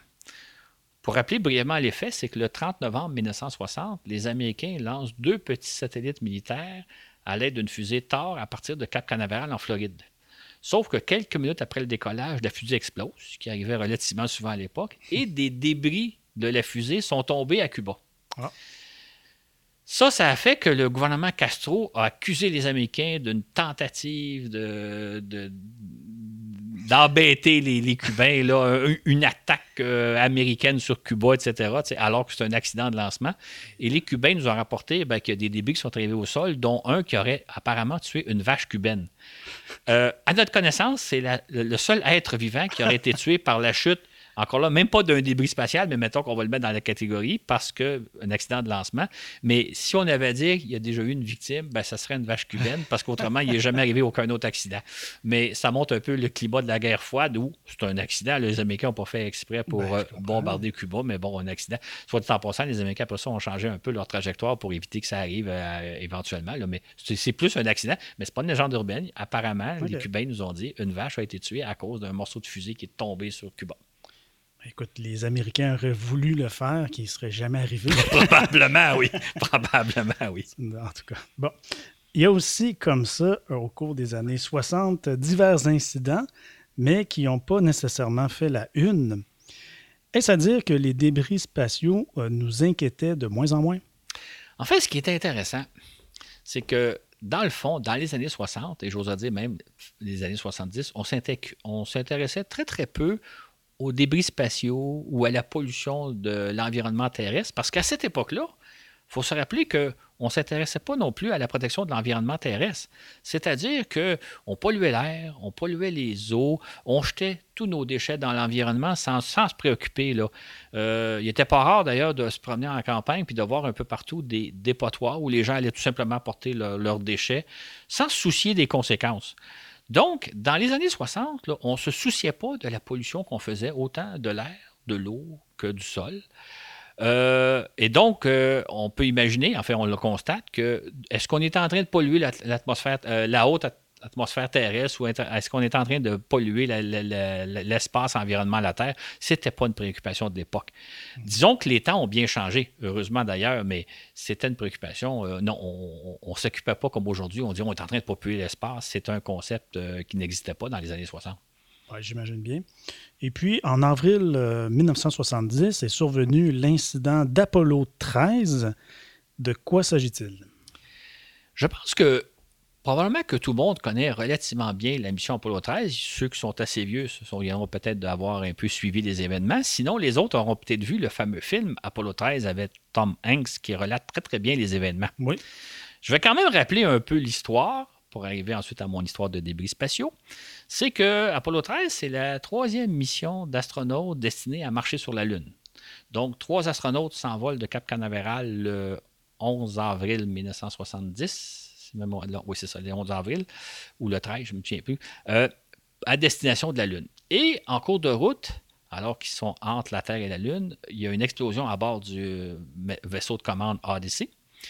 Pour rappeler brièvement les faits, c'est que le 30 novembre 1960, les Américains lancent 2 petits satellites militaires à l'aide d'une fusée Thor à partir de Cap Canaveral en Floride. Sauf que quelques minutes après le décollage, la fusée explose, ce qui arrivait relativement souvent à l'époque, et des débris de la fusée sont tombés à Cuba. Ah. Ça a fait que le gouvernement Castro a accusé les Américains d'une tentative d'embêter les Cubains, là, une attaque américaine sur Cuba, etc., alors que c'est un accident de lancement. Et les Cubains nous ont rapporté qu'il y a des débris qui sont arrivés au sol, dont un qui aurait apparemment tué une vache cubaine. À notre connaissance, c'est le seul être vivant qui aurait été tué par la chute. Encore là, même pas d'un débris spatial, mais mettons qu'on va le mettre dans la catégorie parce qu'un accident de lancement. Mais si on avait à dire qu'il y a déjà eu une victime, ça serait une vache cubaine parce qu'autrement, il n'est jamais arrivé aucun autre accident. Mais ça montre un peu le climat de la guerre froide où c'est un accident. Les Américains n'ont pas fait exprès pour bombarder Cuba, mais bon, un accident. Soit dit en passant, les Américains, après ça, ont changé un peu leur trajectoire pour éviter que ça arrive éventuellement. Là. Mais c'est plus un accident, mais c'est pas une légende urbaine. Apparemment, les Cubains nous ont dit une vache a été tuée à cause d'un morceau de fusil qui est tombé sur Cuba. Écoute, les Américains auraient voulu le faire, qui ne serait jamais arrivé. Probablement, oui. Probablement, oui. En tout cas, bon. Il y a aussi, comme ça, au cours des années 60, divers incidents, mais qui n'ont pas nécessairement fait la une. Est-ce à dire que les débris spatiaux nous inquiétaient de moins en moins? En fait, ce qui est intéressant, c'est que dans le fond, dans les années 60, et j'ose dire même les années 70, on s'intéressait très, très peu aux débris spatiaux ou à la pollution de l'environnement terrestre, parce qu'à cette époque-là, il faut se rappeler qu'on ne s'intéressait pas non plus à la protection de l'environnement terrestre. C'est-à-dire qu'on polluait l'air, on polluait les eaux, on jetait tous nos déchets dans l'environnement sans se préoccuper. Il n'était pas rare d'ailleurs de se promener en campagne puis de voir un peu partout des dépotoirs où les gens allaient tout simplement porter leurs déchets sans se soucier des conséquences. Donc, dans les années 60, on ne se souciait pas de la pollution qu'on faisait, autant de l'air, de l'eau que du sol. Et donc, on peut imaginer, enfin, on le constate, que est-ce qu'on est en train de polluer l'atmosphère, la haute atmosphère terrestre ou est-ce qu'on est en train de polluer l'espace environnement de la Terre? Ce n'était pas une préoccupation de l'époque. Disons que les temps ont bien changé, heureusement d'ailleurs, mais c'était une préoccupation. Non, on ne s'occupait pas comme aujourd'hui. On dit on est en train de polluer l'espace. C'est un concept qui n'existait pas dans les années 60. Oui, j'imagine bien. Et puis, en avril 1970 est survenu l'incident d'Apollo 13. De quoi s'agit-il? Je pense que probablement que tout le monde connaît relativement bien la mission Apollo 13. Ceux qui sont assez vieux se souviendront peut-être d'avoir un peu suivi les événements. Sinon, les autres auront peut-être vu le fameux film Apollo 13 avec Tom Hanks qui relate très, très bien les événements. Oui. Je vais quand même rappeler un peu l'histoire pour arriver ensuite à mon histoire de débris spatiaux. C'est que Apollo 13, c'est la 3e mission d'astronautes destinée à marcher sur la Lune. Donc, 3 astronautes s'envolent de Cap Canaveral le 11 avril 1970. Oui, c'est ça, le 11 avril, ou le 13, je ne me souviens plus, à destination de la Lune. Et en cours de route, alors qu'ils sont entre la Terre et la Lune, il y a une explosion à bord du vaisseau de commande Odyssey.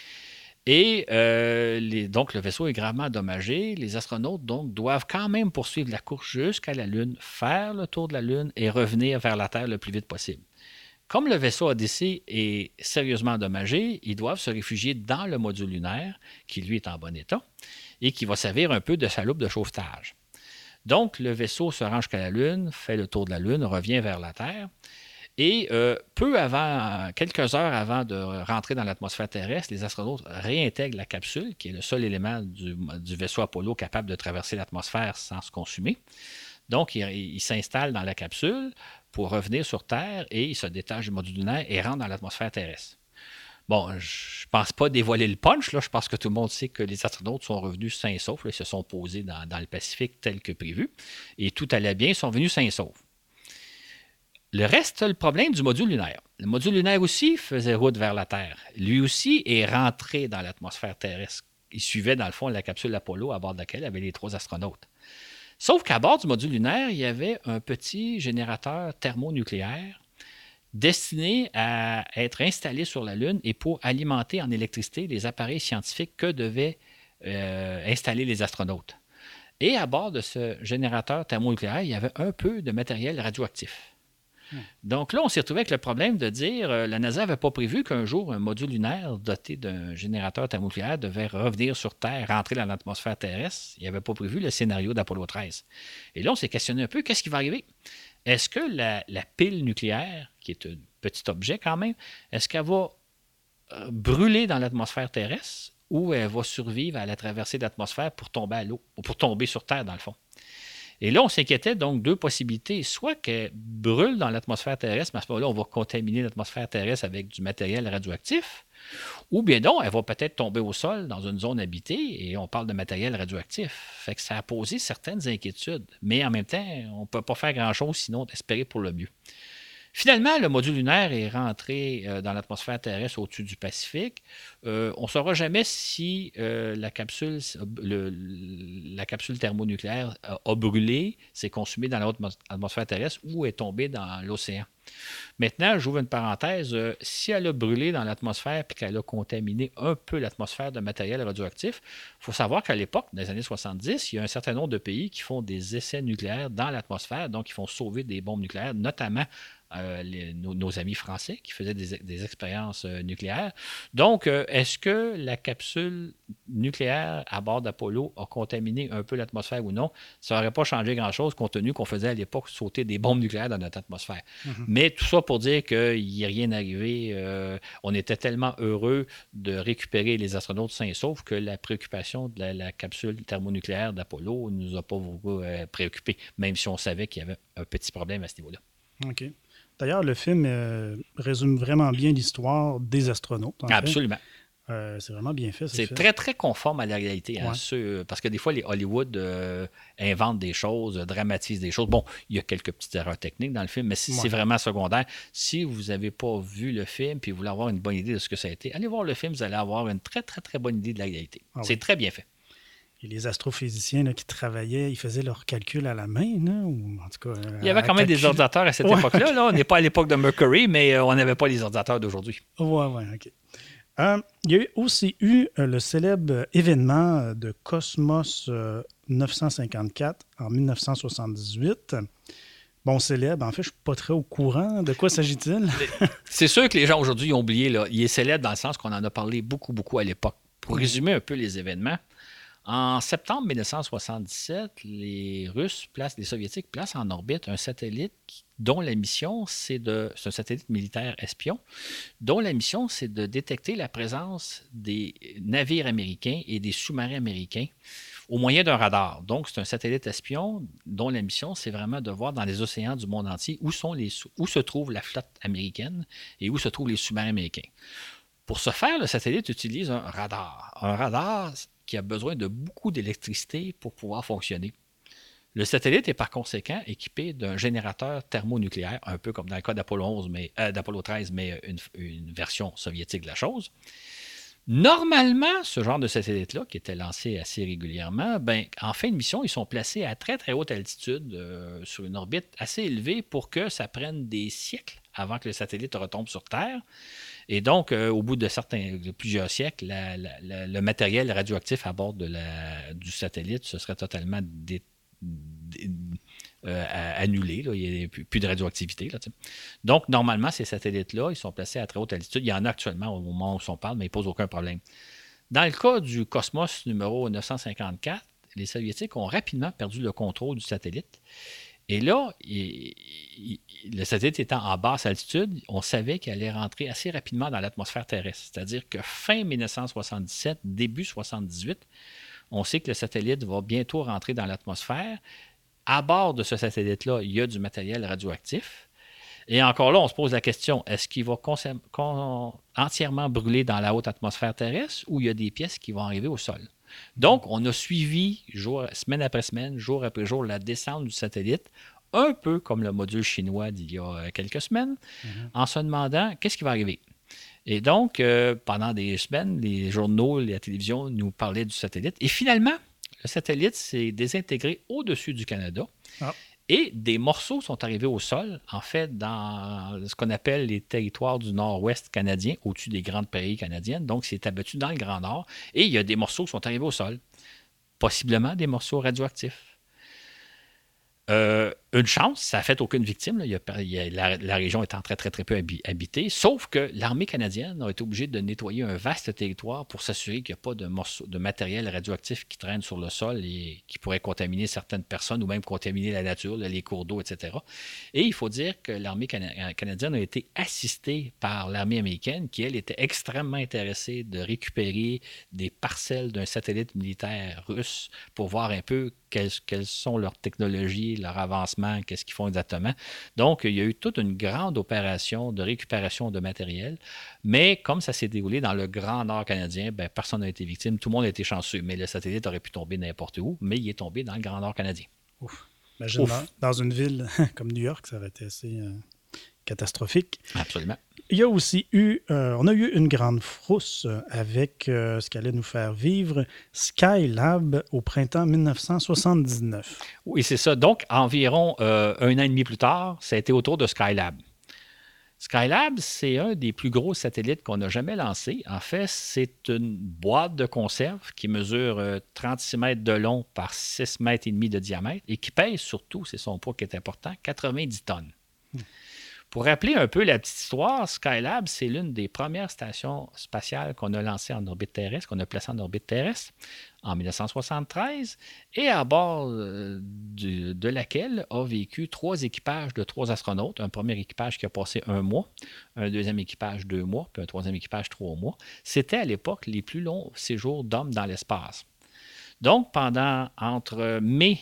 Et donc, le vaisseau est gravement endommagé. Les astronautes donc, doivent quand même poursuivre la course jusqu'à la Lune, faire le tour de la Lune et revenir vers la Terre le plus vite possible. Comme le vaisseau Odyssey est sérieusement endommagé, ils doivent se réfugier dans le module lunaire, qui lui est en bon état, et qui va servir un peu de chaloupe de sauvetage. Donc, le vaisseau se rend jusqu'à la Lune, fait le tour de la Lune, revient vers la Terre. Et quelques heures avant de rentrer dans l'atmosphère terrestre, les astronautes réintègrent la capsule, qui est le seul élément du vaisseau Apollo capable de traverser l'atmosphère sans se consumer. Donc, ils s'installent dans la capsule pour revenir sur Terre et ils se détachent du module lunaire et rentrent dans l'atmosphère terrestre. Bon, je ne pense pas dévoiler le punch, là. Je pense que tout le monde sait que les astronautes sont revenus sains et saufs. Là. Ils se sont posés dans le Pacifique tel que prévu. Et tout allait bien, ils sont venus sains et saufs. Le reste, le problème du module lunaire. Le module lunaire aussi faisait route vers la Terre. Lui aussi est rentré dans l'atmosphère terrestre. Il suivait, dans le fond, la capsule Apollo à bord de laquelle il y avait les 3 astronautes. Sauf qu'à bord du module lunaire, il y avait un petit générateur thermonucléaire destiné à être installé sur la Lune et pour alimenter en électricité les appareils scientifiques que devaient installer les astronautes. Et à bord de ce générateur thermonucléaire, il y avait un peu de matériel radioactif. Donc là, on s'est retrouvé avec le problème de dire la NASA n'avait pas prévu qu'un jour, un module lunaire doté d'un générateur thermonucléaire devait revenir sur Terre, rentrer dans l'atmosphère terrestre. Il n'avait pas prévu le scénario d'Apollo 13. Et là, on s'est questionné un peu, qu'est-ce qui va arriver? Est-ce que la pile nucléaire, qui est un petit objet quand même, est-ce qu'elle va brûler dans l'atmosphère terrestre ou elle va survivre à la traversée de l'atmosphère pour tomber à l'eau, ou pour tomber sur Terre, dans le fond? Et là, on s'inquiétait donc deux possibilités. Soit qu'elle brûle dans l'atmosphère terrestre, mais à ce moment-là, on va contaminer l'atmosphère terrestre avec du matériel radioactif. Ou bien non, elle va peut-être tomber au sol dans une zone habitée et on parle de matériel radioactif. Fait que ça a posé certaines inquiétudes. Mais en même temps, on ne peut pas faire grand-chose sinon d'espérer pour le mieux. Finalement, le module lunaire est rentré dans l'atmosphère terrestre au-dessus du Pacifique. On ne saura jamais si la capsule thermonucléaire a brûlé, s'est consumée dans l'atmosphère terrestre ou est tombée dans l'océan. Maintenant, j'ouvre une parenthèse. Si elle a brûlé dans l'atmosphère et qu'elle a contaminé un peu l'atmosphère de matériel radioactif, il faut savoir qu'à l'époque, dans les années 70, il y a un certain nombre de pays qui font des essais nucléaires dans l'atmosphère, donc ils font sauver des bombes nucléaires, notamment nos amis français qui faisaient des expériences nucléaires. Donc, est-ce que la capsule nucléaire à bord d'Apollo a contaminé un peu l'atmosphère ou non? Ça n'aurait pas changé grand-chose compte tenu qu'on faisait à l'époque sauter des bombes nucléaires dans notre atmosphère. Mm-hmm. Mais tout ça pour dire qu'il n'y a rien arrivé. On était tellement heureux de récupérer les astronautes sains et saufs que la préoccupation de la capsule thermonucléaire d'Apollo ne nous a pas beaucoup préoccupés, même si on savait qu'il y avait un petit problème à ce niveau-là. OK. D'ailleurs, le film résume vraiment bien l'histoire des astronautes. Absolument. C'est vraiment bien fait. C'est très, très conforme à la réalité. Hein, parce que des fois, les Hollywood inventent des choses, dramatisent des choses. Bon, il y a quelques petites erreurs techniques dans le film, mais c'est vraiment secondaire. Si vous n'avez pas vu le film et vous voulez avoir une bonne idée de ce que ça a été, allez voir le film, vous allez avoir une très, très, très bonne idée de la réalité. C'est très bien fait. Et les astrophysiciens là, qui travaillaient, ils faisaient leurs calculs à la main, là, ou en tout cas... il y avait quand même des ordinateurs à cette époque-là. Là. On n'est pas à l'époque de Mercury, mais on n'avait pas les ordinateurs d'aujourd'hui. Oui, OK. Il y a aussi eu le célèbre événement de Cosmos 954 en 1978. Bon, célèbre, en fait, je ne suis pas très au courant. De quoi s'agit-il? C'est sûr que les gens aujourd'hui ont oublié. Là. Il est célèbre dans le sens qu'on en a parlé beaucoup, beaucoup à l'époque. Pour résumer un peu les événements, en septembre 1977, les Soviétiques placent en orbite un satellite dont la mission, c'est un satellite militaire espion, dont la mission, c'est de détecter la présence des navires américains et des sous-marins américains au moyen d'un radar. Donc, c'est un satellite espion dont la mission, c'est vraiment de voir dans les océans du monde entier où se trouve la flotte américaine et où se trouvent les sous-marins américains. Pour ce faire, le satellite utilise un radar. Un radar qui a besoin de beaucoup d'électricité pour pouvoir fonctionner. Le satellite est par conséquent équipé d'un générateur thermonucléaire, un peu comme dans le cas d'Apollo 13, mais une version soviétique de la chose. Normalement, ce genre de satellite-là, qui était lancé assez régulièrement, en fin de mission, ils sont placés à très, très haute altitude sur une orbite assez élevée pour que ça prenne des siècles avant que le satellite retombe sur Terre. Et donc, au bout de plusieurs siècles, le matériel radioactif à bord du satellite se serait totalement annulé. Là. Il n'y a plus de radioactivité. Là, donc, normalement, ces satellites-là, ils sont placés à très haute altitude. Il y en a actuellement au moment où on parle, mais ils ne posent aucun problème. Dans le cas du Cosmos numéro 954, les Soviétiques ont rapidement perdu le contrôle du satellite. Et là, le satellite étant en basse altitude, on savait qu'il allait rentrer assez rapidement dans l'atmosphère terrestre. C'est-à-dire que fin 1977, début 1978, on sait que le satellite va bientôt rentrer dans l'atmosphère. À bord de ce satellite-là, il y a du matériel radioactif. Et encore là, on se pose la question, est-ce qu'il va entièrement brûler dans la haute atmosphère terrestre ou il y a des pièces qui vont arriver au sol? Donc, on a suivi semaine après semaine, jour après jour, la descente du satellite, un peu comme le module chinois d'il y a quelques semaines, en se demandant qu'est-ce qui va arriver. Et donc, pendant des semaines, les journaux, la télévision nous parlaient du satellite. Et finalement, le satellite s'est désintégré au-dessus du Canada. Et des morceaux sont arrivés au sol, en fait, dans ce qu'on appelle les territoires du nord-ouest canadien, au-dessus des grandes prairies canadiennes. Donc, c'est abattu dans le Grand Nord. Et il y a des morceaux qui sont arrivés au sol. Possiblement des morceaux radioactifs. Une chance, ça n'a fait aucune victime. Là. La région étant très, très, très peu habitée. Sauf que l'armée canadienne a été obligée de nettoyer un vaste territoire pour s'assurer qu'il n'y a pas de matériel radioactif qui traîne sur le sol et qui pourrait contaminer certaines personnes ou même contaminer la nature, les cours d'eau, etc. Et il faut dire que l'armée canadienne a été assistée par l'armée américaine qui, elle, était extrêmement intéressée de récupérer des parcelles d'un satellite militaire russe pour voir un peu quelles sont leurs technologies, leur avancement, qu'est-ce qu'ils font exactement. Donc, il y a eu toute une grande opération de récupération de matériel, mais comme ça s'est déroulé dans le Grand Nord canadien, ben, personne n'a été victime, tout le monde a été chanceux, mais le satellite aurait pu tomber n'importe où, mais il est tombé dans le Grand Nord canadien. Ouf. Imagine dans une ville comme New York, ça aurait été assez catastrophique. Absolument. Il y a aussi on a eu une grande frousse avec ce qu'allait nous faire vivre Skylab au printemps 1979. Oui, c'est ça. Donc, environ 1 an et demi plus tard, ça a été autour de Skylab. Skylab, c'est un des plus gros satellites qu'on n'a jamais lancé. En fait, c'est une boîte de conserve qui mesure 36 mètres de long par 6 mètres et demi de diamètre et qui pèse surtout, c'est son poids qui est important, 90 tonnes. Pour rappeler un peu la petite histoire, Skylab, c'est l'une des premières stations spatiales qu'on a lancées en orbite terrestre, qu'on a placées en orbite terrestre en 1973, et à bord de laquelle a vécu 3 équipages de 3 astronautes. Un premier équipage qui a passé 1 mois, un deuxième équipage 2 mois, puis un troisième équipage 3 mois. C'était à l'époque les plus longs séjours d'hommes dans l'espace. Donc, entre mai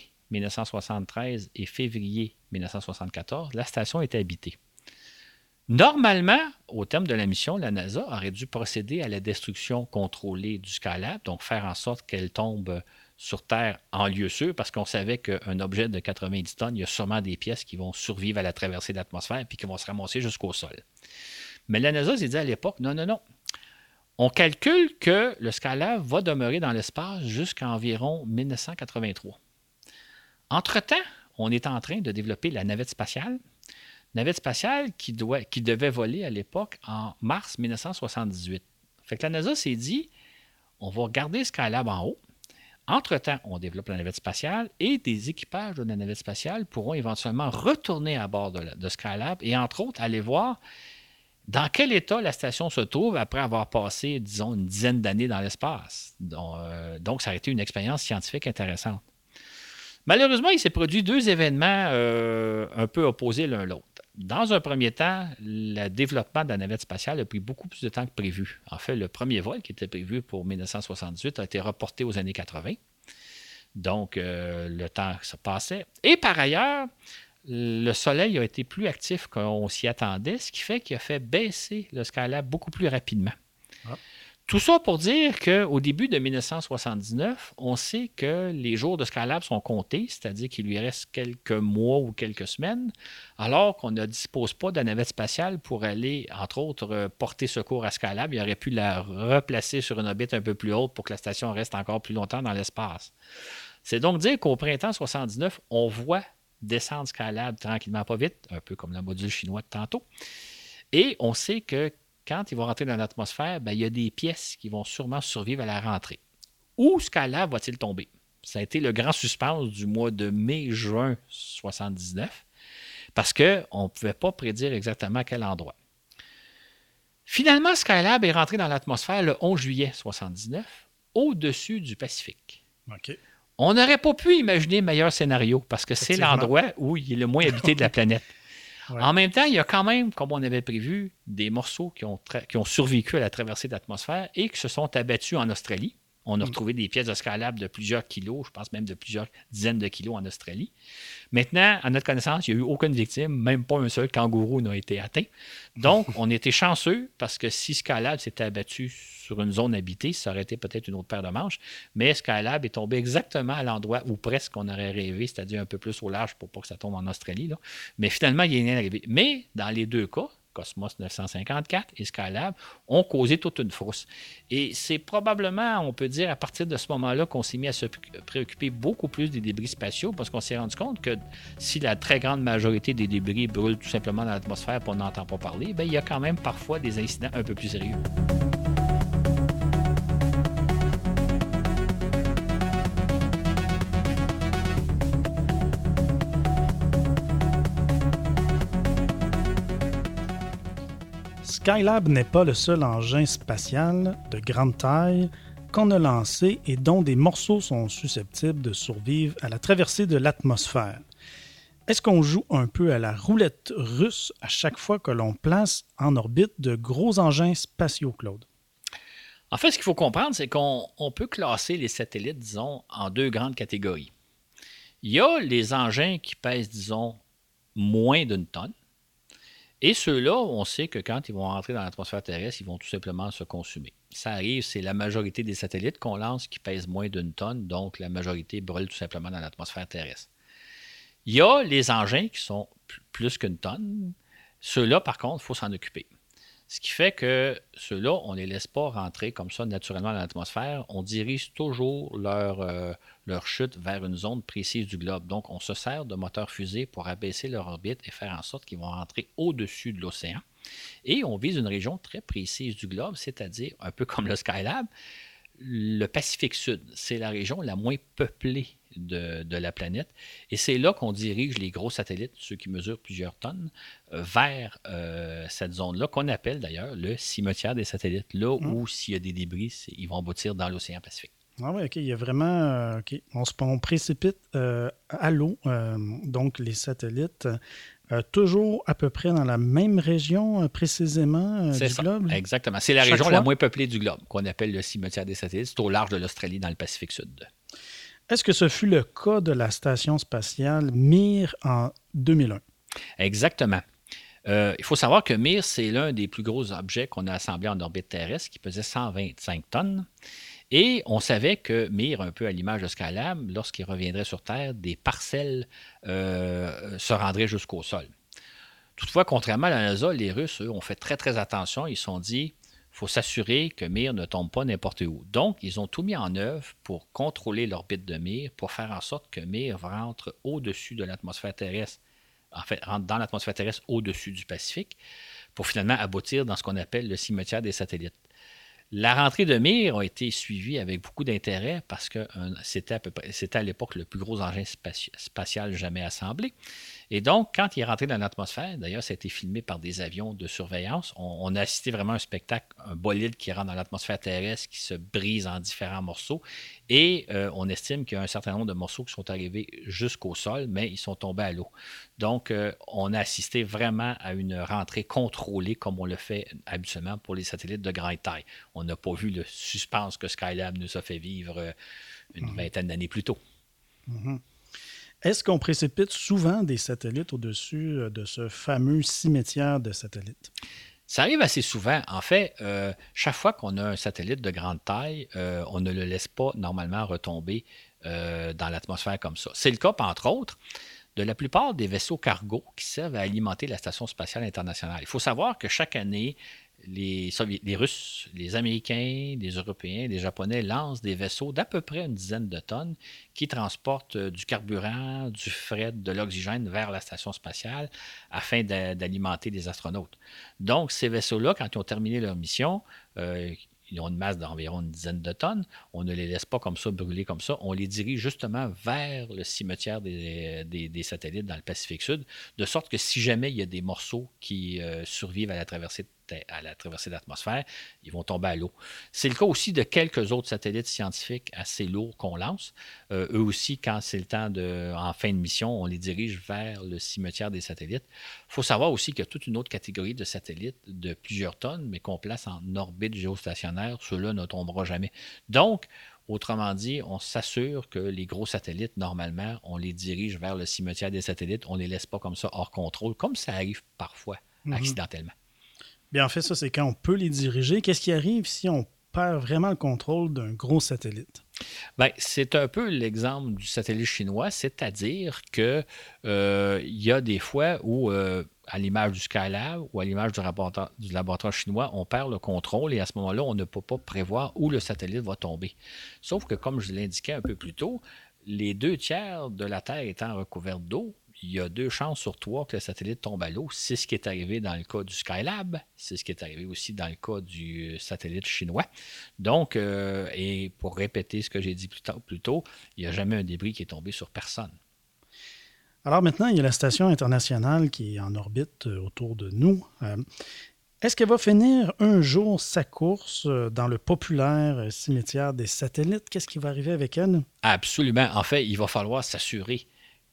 1973 et février 1974, la station était habitée. Normalement, au terme de la mission, la NASA aurait dû procéder à la destruction contrôlée du Skylab, donc faire en sorte qu'elle tombe sur Terre en lieu sûr, parce qu'on savait qu'un objet de 90 tonnes, il y a sûrement des pièces qui vont survivre à la traversée de l'atmosphère et qui vont se ramasser jusqu'au sol. Mais la NASA s'est dit à l'époque, non. On calcule que le Skylab va demeurer dans l'espace jusqu'à environ 1983. Entre-temps, on est en train de développer la navette spatiale qui devait voler à l'époque en mars 1978. Fait que la NASA s'est dit, on va garder Skylab en haut. Entre-temps, on développe la navette spatiale et des équipages de la navette spatiale pourront éventuellement retourner à bord de Skylab et entre autres aller voir dans quel état la station se trouve après avoir passé, disons, une dizaine d'années dans l'espace. Donc, ça a été une expérience scientifique intéressante. Malheureusement, il s'est produit 2 événements un peu opposés l'un l'autre. Dans un premier temps, le développement de la navette spatiale a pris beaucoup plus de temps que prévu. En fait, le premier vol qui était prévu pour 1978 a été reporté aux années 80. Donc, le temps se passait. Et par ailleurs, le Soleil a été plus actif qu'on s'y attendait, ce qui fait qu'il a fait baisser le Skylab beaucoup plus rapidement. Ah. Tout ça pour dire qu'au début de 1979, on sait que les jours de Skylab sont comptés, c'est-à-dire qu'il lui reste quelques mois ou quelques semaines, alors qu'on ne dispose pas de la navette spatiale pour aller, entre autres, porter secours à Skylab. Il aurait pu la replacer sur une orbite un peu plus haute pour que la station reste encore plus longtemps dans l'espace. C'est donc dire qu'au printemps 1979, on voit descendre Skylab tranquillement, pas vite, un peu comme le module chinois de tantôt, et on sait que quand il va rentrer dans l'atmosphère, il y a des pièces qui vont sûrement survivre à la rentrée. Où Skylab va-t-il tomber? Ça a été le grand suspense du mois de mai-juin 1979, parce qu'on ne pouvait pas prédire exactement à quel endroit. Finalement, Skylab est rentré dans l'atmosphère le 11 juillet 1979, au-dessus du Pacifique. OK. On n'aurait pas pu imaginer meilleur scénario, parce que c'est l'endroit où il est le moins habité de la planète. Ouais. En même temps, il y a quand même, comme on avait prévu, des morceaux qui ont survécu à la traversée de l'atmosphère et qui se sont abattus en Australie. On a retrouvé des pièces de Skylab de plusieurs kilos, je pense même de plusieurs dizaines de kilos en Australie. Maintenant, à notre connaissance, il n'y a eu aucune victime, même pas un seul kangourou n'a été atteint. Donc, on était chanceux parce que si Skylab s'était abattu sur une zone habitée, ça aurait été peut-être une autre paire de manches, mais Skylab est tombé exactement à l'endroit où presque on aurait rêvé, c'est-à-dire un peu plus au large pour pas que ça tombe en Australie. Là. Mais finalement, il n'y est rien arrivé. Mais dans les 2 cas, Cosmos 954 et Skylab ont causé toute une frousse. Et c'est probablement, on peut dire, à partir de ce moment-là qu'on s'est mis à se préoccuper beaucoup plus des débris spatiaux parce qu'on s'est rendu compte que si la très grande majorité des débris brûlent tout simplement dans l'atmosphère et on n'entend pas parler, il y a quand même parfois des incidents un peu plus sérieux. Skylab n'est pas le seul engin spatial de grande taille qu'on a lancé et dont des morceaux sont susceptibles de survivre à la traversée de l'atmosphère. Est-ce qu'on joue un peu à la roulette russe à chaque fois que l'on place en orbite de gros engins spatiaux, Claude? En fait, ce qu'il faut comprendre, c'est qu'on peut classer les satellites, disons, en deux grandes catégories. Il y a les engins qui pèsent, disons, moins d'une tonne. Et ceux-là, on sait que quand ils vont rentrer dans l'atmosphère terrestre, ils vont tout simplement se consumer. Ça arrive, c'est la majorité des satellites qu'on lance qui pèsent moins d'une tonne, donc la majorité brûle tout simplement dans l'atmosphère terrestre. Il y a les engins qui sont plus qu'une tonne. Ceux-là, par contre, il faut s'en occuper. Ce qui fait que ceux-là, on ne les laisse pas rentrer comme ça naturellement dans l'atmosphère. On dirige toujours leur chute vers une zone précise du globe. Donc, on se sert de moteurs fusées pour abaisser leur orbite et faire en sorte qu'ils vont rentrer au-dessus de l'océan. Et on vise une région très précise du globe, c'est-à-dire, un peu comme le Skylab, le Pacifique Sud. C'est la région la moins peuplée de la planète. Et c'est là qu'on dirige les gros satellites, ceux qui mesurent plusieurs tonnes, vers cette zone-là, qu'on appelle d'ailleurs le cimetière des satellites, là où s'il y a des débris, ils vont aboutir dans l'océan Pacifique. Ah oui, OK, il y a vraiment... OK, on précipite à l'eau, donc les satellites, toujours à peu près dans la même région précisément du globe? Exactement. C'est la région la moins peuplée du globe, qu'on appelle le cimetière des satellites. C'est au large de l'Australie, dans le Pacifique Sud. Est-ce que ce fut le cas de la station spatiale Mir en 2001? Exactement. Il faut savoir que Mir, c'est l'un des plus gros objets qu'on a assemblé en orbite terrestre, qui pesait 125 tonnes. Et on savait que Mir, un peu à l'image de Skylab, lorsqu'il reviendrait sur Terre, des parcelles se rendraient jusqu'au sol. Toutefois, contrairement à la NASA, les Russes, eux, ont fait très, très attention. Ils se sont dit, il faut s'assurer que Mir ne tombe pas n'importe où. Donc, ils ont tout mis en œuvre pour contrôler l'orbite de Mir, pour faire en sorte que Mir rentre au-dessus de l'atmosphère terrestre, en fait, rentre dans l'atmosphère terrestre au-dessus du Pacifique, pour finalement aboutir dans ce qu'on appelle le cimetière des satellites. La rentrée de Mir a été suivie avec beaucoup d'intérêt parce que c'était à l'époque le plus gros engin spatial jamais assemblé. Et donc, quand il est rentré dans l'atmosphère, d'ailleurs, ça a été filmé par des avions de surveillance, on a assisté vraiment à un spectacle, un bolide qui rentre dans l'atmosphère terrestre, qui se brise en différents morceaux. Et on estime qu'il y a un certain nombre de morceaux qui sont arrivés jusqu'au sol, mais ils sont tombés à l'eau. Donc, on a assisté vraiment à une rentrée contrôlée comme on le fait habituellement pour les satellites de grande taille. On n'a pas vu le suspense que Skylab nous a fait vivre une vingtaine d'années plus tôt. Est-ce qu'on précipite souvent des satellites au-dessus de ce fameux cimetière de satellites? Ça arrive assez souvent. En fait, chaque fois qu'on a un satellite de grande taille, on ne le laisse pas normalement retomber dans l'atmosphère comme ça. C'est le cas, entre autres, de la plupart des vaisseaux cargo qui servent à alimenter la Station spatiale internationale. Il faut savoir que chaque année, les Russes, les Américains, les Européens, les Japonais lancent des vaisseaux d'à peu près une dizaine de tonnes qui transportent du carburant, du fret, de l'oxygène vers la station spatiale afin d'alimenter les astronautes. Donc, ces vaisseaux-là, quand ils ont terminé leur mission, ils ont une masse d'environ une dizaine de tonnes. On ne les laisse pas comme ça, brûler comme ça. On les dirige justement vers le cimetière des satellites dans le Pacifique Sud, de sorte que si jamais il y a des morceaux qui survivent à la traversée de l'atmosphère, ils vont tomber à l'eau. C'est le cas aussi de quelques autres satellites scientifiques assez lourds qu'on lance. Eux aussi, quand c'est le temps en fin de mission, on les dirige vers le cimetière des satellites. Il faut savoir aussi qu'il y a toute une autre catégorie de satellites de plusieurs tonnes, mais qu'on place en orbite géostationnaire. Ceux-là ne tomberont jamais. Donc, autrement dit, on s'assure que les gros satellites, normalement, on les dirige vers le cimetière des satellites. On ne les laisse pas comme ça hors contrôle, comme ça arrive parfois accidentellement. Bien, en fait, ça, c'est quand on peut les diriger. Qu'est-ce qui arrive si on perd vraiment le contrôle d'un gros satellite? Bien, c'est un peu l'exemple du satellite chinois, c'est-à-dire qu'il y a des fois où, à l'image du Skylab ou à l'image du laboratoire chinois, on perd le contrôle et à ce moment-là, on ne peut pas prévoir où le satellite va tomber. Sauf que, comme je l'indiquais un peu plus tôt, les 2/3 de la Terre étant recouvertes d'eau, il y a 2 chances sur 3 que le satellite tombe à l'eau. C'est ce qui est arrivé dans le cas du Skylab. C'est ce qui est arrivé aussi dans le cas du satellite chinois. Donc, et pour répéter ce que j'ai dit plus tôt, il n'y a jamais un débris qui est tombé sur personne. Alors maintenant, il y a la station internationale qui est en orbite autour de nous. Est-ce qu'elle va finir un jour sa course dans le populaire cimetière des satellites? Qu'est-ce qui va arriver avec elle? Absolument. En fait, il va falloir s'assurer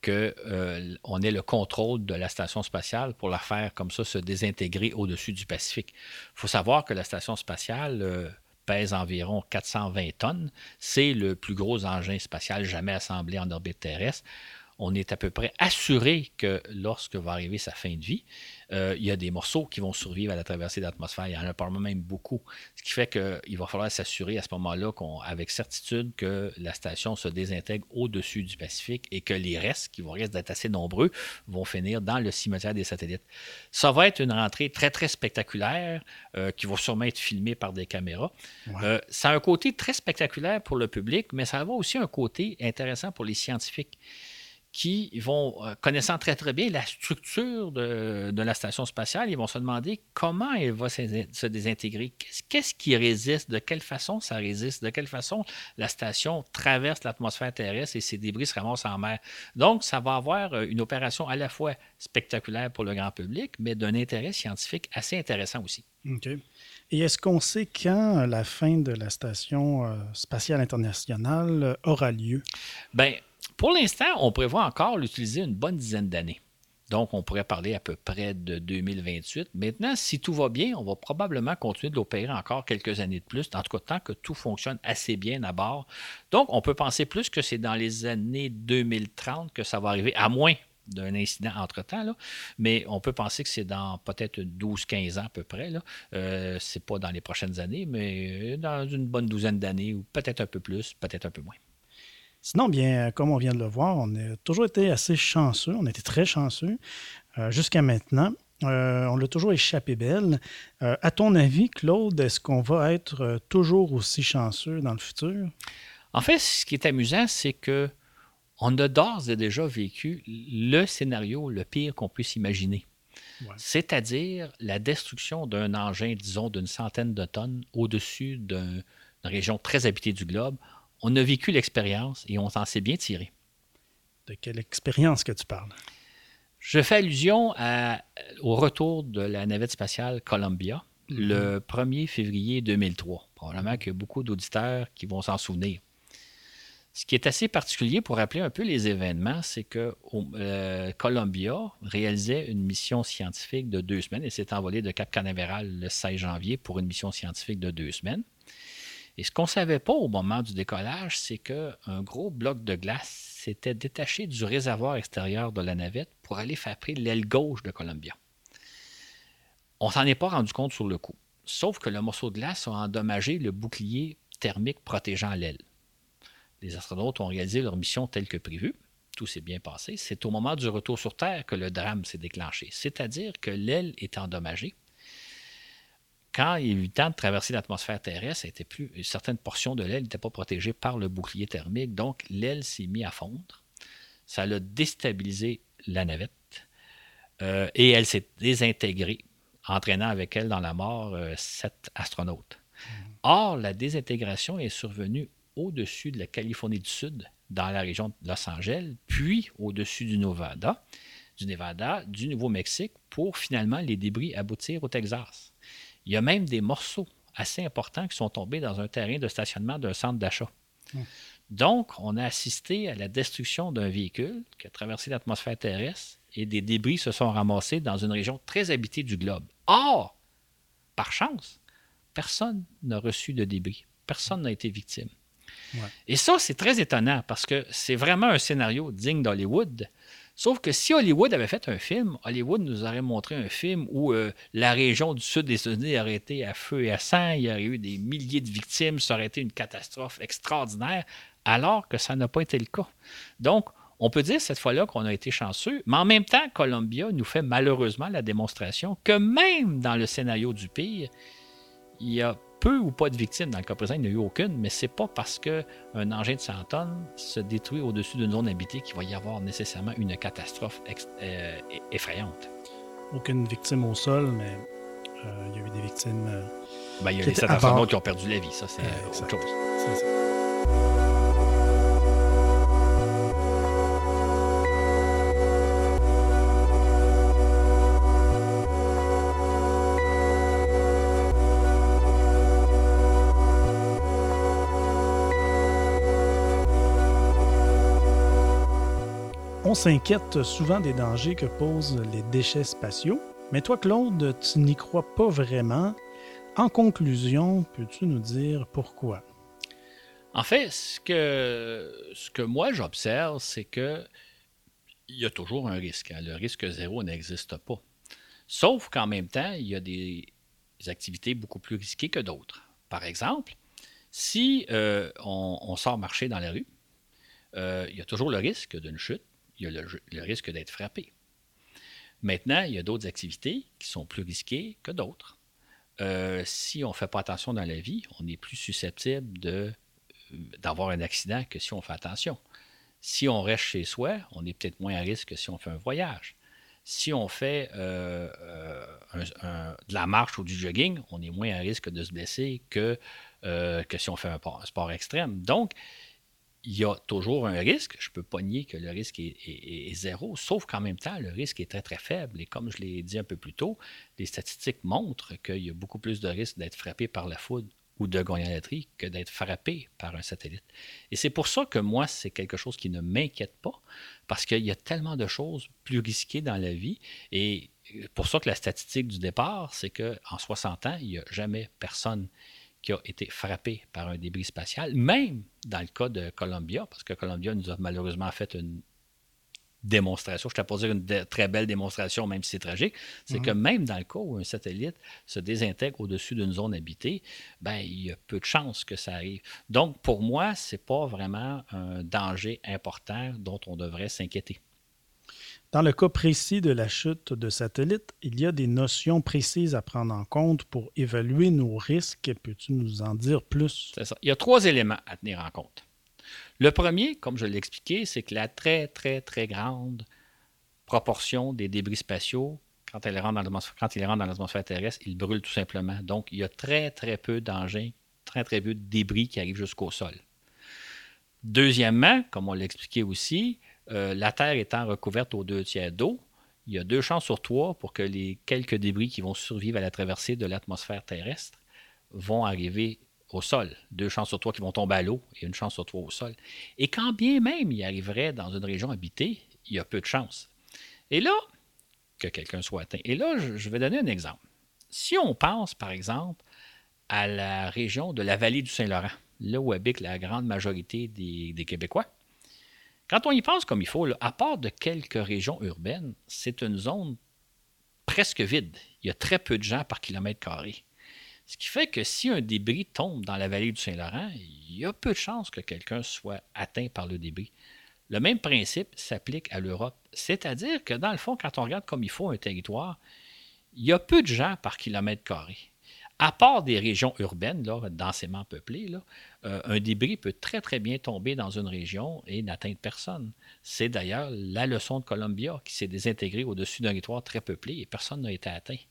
qu'on ait le contrôle de la station spatiale pour la faire comme ça se désintégrer au-dessus du Pacifique. Il faut savoir que la station spatiale pèse environ 420 tonnes. C'est le plus gros engin spatial jamais assemblé en orbite terrestre. On est à peu près assuré que lorsque va arriver sa fin de vie, il y a des morceaux qui vont survivre à la traversée de l'atmosphère. Il y en a probablement même beaucoup. Ce qui fait qu'il va falloir s'assurer à ce moment-là, avec certitude, que la station se désintègre au-dessus du Pacifique et que les restes, qui vont risquer d'être assez nombreux, vont finir dans le cimetière des satellites. Ça va être une rentrée très, très spectaculaire qui va sûrement être filmée par des caméras. Ouais. Ça a un côté très spectaculaire pour le public, mais ça a aussi un côté intéressant pour les scientifiques qui vont, connaissant très très bien la structure de la station spatiale, ils vont se demander comment elle va se désintégrer. Qu'est-ce qui résiste? De quelle façon ça résiste? De quelle façon la station traverse l'atmosphère terrestre et ses débris se ramassent en mer? Donc, ça va avoir une opération à la fois spectaculaire pour le grand public, mais d'un intérêt scientifique assez intéressant aussi. OK. Et est-ce qu'on sait quand la fin de la station spatiale internationale aura lieu? Bien, pour l'instant, on prévoit encore l'utiliser une bonne dizaine d'années. Donc, on pourrait parler à peu près de 2028. Maintenant, si tout va bien, on va probablement continuer de l'opérer encore quelques années de plus, en tout cas tant que tout fonctionne assez bien à bord. Donc, on peut penser plus que c'est dans les années 2030 que ça va arriver, à moins d'un incident entre-temps, là. Mais on peut penser que c'est dans peut-être 12-15 ans à peu près. C'est pas dans les prochaines années, mais dans une bonne douzaine d'années, ou peut-être un peu plus, peut-être un peu moins. Sinon, bien, comme on vient de le voir, on a toujours été assez chanceux, on a été très chanceux jusqu'à maintenant. On l'a toujours échappé belle. À ton avis, Claude, est-ce qu'on va être toujours aussi chanceux dans le futur? En fait, ce qui est amusant, c'est que on a d'ores et déjà vécu le scénario le pire qu'on puisse imaginer. Ouais. C'est-à-dire la destruction d'un engin, disons, d'une centaine de tonnes au-dessus d'une région très habitée du globe. On a vécu l'expérience et on s'en s'est bien tiré. De quelle expérience que tu parles? Je fais allusion au retour de la navette spatiale Columbia le 1er février 2003. Probablement qu'il y a beaucoup d'auditeurs qui vont s'en souvenir. Ce qui est assez particulier pour rappeler un peu les événements, c'est que Columbia réalisait une mission scientifique de 2 semaines et s'est envolée de Cap Canaveral le 16 janvier pour une mission scientifique de 2 semaines. Et ce qu'on ne savait pas au moment du décollage, c'est qu'un gros bloc de glace s'était détaché du réservoir extérieur de la navette pour aller frapper l'aile gauche de Columbia. On ne s'en est pas rendu compte sur le coup, sauf que le morceau de glace a endommagé le bouclier thermique protégeant l'aile. Les astronautes ont réalisé leur mission telle que prévue. Tout s'est bien passé. C'est au moment du retour sur Terre que le drame s'est déclenché. C'est-à-dire que l'aile est endommagée. Quand il y a eu le temps de traverser l'atmosphère terrestre, certaines portions de l'aile n'étaient pas protégées par le bouclier thermique, donc l'aile s'est mise à fondre. Ça a déstabilisé la navette et elle s'est désintégrée, entraînant avec elle dans la mort 7 astronautes. Or, la désintégration est survenue au-dessus de la Californie du Sud, dans la région de Los Angeles, puis au-dessus du Nevada, du Nouveau-Mexique, pour finalement les débris aboutir au Texas. Il y a même des morceaux assez importants qui sont tombés dans un terrain de stationnement d'un centre d'achat. Donc, on a assisté à la destruction d'un véhicule qui a traversé l'atmosphère terrestre et des débris se sont ramassés dans une région très habitée du globe. Or, par chance, personne n'a reçu de débris. Personne n'a été victime. Ouais. Et ça, c'est très étonnant parce que c'est vraiment un scénario digne d'Hollywood. Sauf que si Hollywood avait fait un film, Hollywood nous aurait montré un film où la région du sud des États-Unis aurait été à feu et à sang, il y aurait eu des milliers de victimes, ça aurait été une catastrophe extraordinaire, alors que ça n'a pas été le cas. Donc, on peut dire cette fois-là qu'on a été chanceux, mais en même temps, Columbia nous fait malheureusement la démonstration que même dans le scénario du pire, il y a peu ou pas de victimes. Dans le cas présent, il n'y en a eu aucune, mais ce n'est pas parce qu'un engin de 100 tonnes se détruit au-dessus d'une zone habitée qu'il va y avoir nécessairement une catastrophe effrayante. Aucune victime au sol, mais il y a eu des victimes. Il y a les 7 astronautes qui ont perdu la vie, ça c'est autre chose. C'est ça. On s'inquiète souvent des dangers que posent les déchets spatiaux, mais toi, Claude, tu n'y crois pas vraiment. En conclusion, peux-tu nous dire pourquoi? En fait, ce que moi j'observe, c'est que il y a toujours un risque. Le risque zéro n'existe pas. Sauf qu'en même temps, il y a des activités beaucoup plus risquées que d'autres. Par exemple, si on sort marcher dans la rue, il y a toujours le risque d'une chute, il y a le risque d'être frappé. Maintenant, il y a d'autres activités qui sont plus risquées que d'autres. Si on ne fait pas attention dans la vie, on est plus susceptible d'avoir un accident que si on fait attention. Si on reste chez soi, on est peut-être moins à risque que si on fait un voyage. Si on fait de la marche ou du jogging, on est moins à risque de se blesser que si on fait un sport extrême. Donc, il y a toujours un risque. Je ne peux pas nier que le risque est zéro, sauf qu'en même temps, le risque est très, très faible. Et comme je l'ai dit un peu plus tôt, les statistiques montrent qu'il y a beaucoup plus de risques d'être frappé par la foudre ou de gagner la loterie que d'être frappé par un satellite. Et c'est pour ça que moi, c'est quelque chose qui ne m'inquiète pas, parce qu'il y a tellement de choses plus risquées dans la vie. Et pour ça que la statistique du départ, c'est qu'en 60 ans, il n'y a jamais personne qui a été frappé par un débris spatial, même dans le cas de Columbia, parce que Columbia nous a malheureusement fait une démonstration, je ne t'ai pas dire une très belle démonstration, même si c'est tragique, c'est que même dans le cas où un satellite se désintègre au-dessus d'une zone habitée, ben, il y a peu de chances que ça arrive. Donc, pour moi, ce n'est pas vraiment un danger important dont on devrait s'inquiéter. Dans le cas précis de la chute de satellites, il y a des notions précises à prendre en compte pour évaluer nos risques. Peux-tu nous en dire plus? C'est ça. Il y a 3 éléments à tenir en compte. Le premier, comme je l'ai expliqué, c'est que la très, très, très grande proportion des débris spatiaux, quand ils rentrent dans l'atmosphère terrestre, ils brûlent tout simplement. Donc, il y a très, très peu d'engins, très, très peu de débris qui arrivent jusqu'au sol. Deuxièmement, comme on l'a expliqué aussi, la Terre étant recouverte aux 2 tiers d'eau, il y a 2 chances sur 3 pour que les quelques débris qui vont survivre à la traversée de l'atmosphère terrestre vont arriver au sol. 2 chances sur 3 qui vont tomber à l'eau et 1 chance sur 3 au sol. Et quand bien même il arriverait dans une région habitée, il y a peu de chances. Et là, que quelqu'un soit atteint. Et là, je vais donner un exemple. Si on pense, par exemple, à la région de la vallée du Saint-Laurent, là où habite la grande majorité des Québécois, quand on y pense comme il faut, là, à part de quelques régions urbaines, c'est une zone presque vide. Il y a très peu de gens par kilomètre carré. Ce qui fait que si un débris tombe dans la vallée du Saint-Laurent, il y a peu de chances que quelqu'un soit atteint par le débris. Le même principe s'applique à l'Europe. C'est-à-dire que dans le fond, quand on regarde comme il faut un territoire, il y a peu de gens par kilomètre carré. À part des régions urbaines, là, densément peuplées, là, un débris peut très, très bien tomber dans une région et n'atteindre personne. C'est d'ailleurs la leçon de Columbia qui s'est désintégrée au-dessus d'un territoire très peuplé et personne n'a été atteint.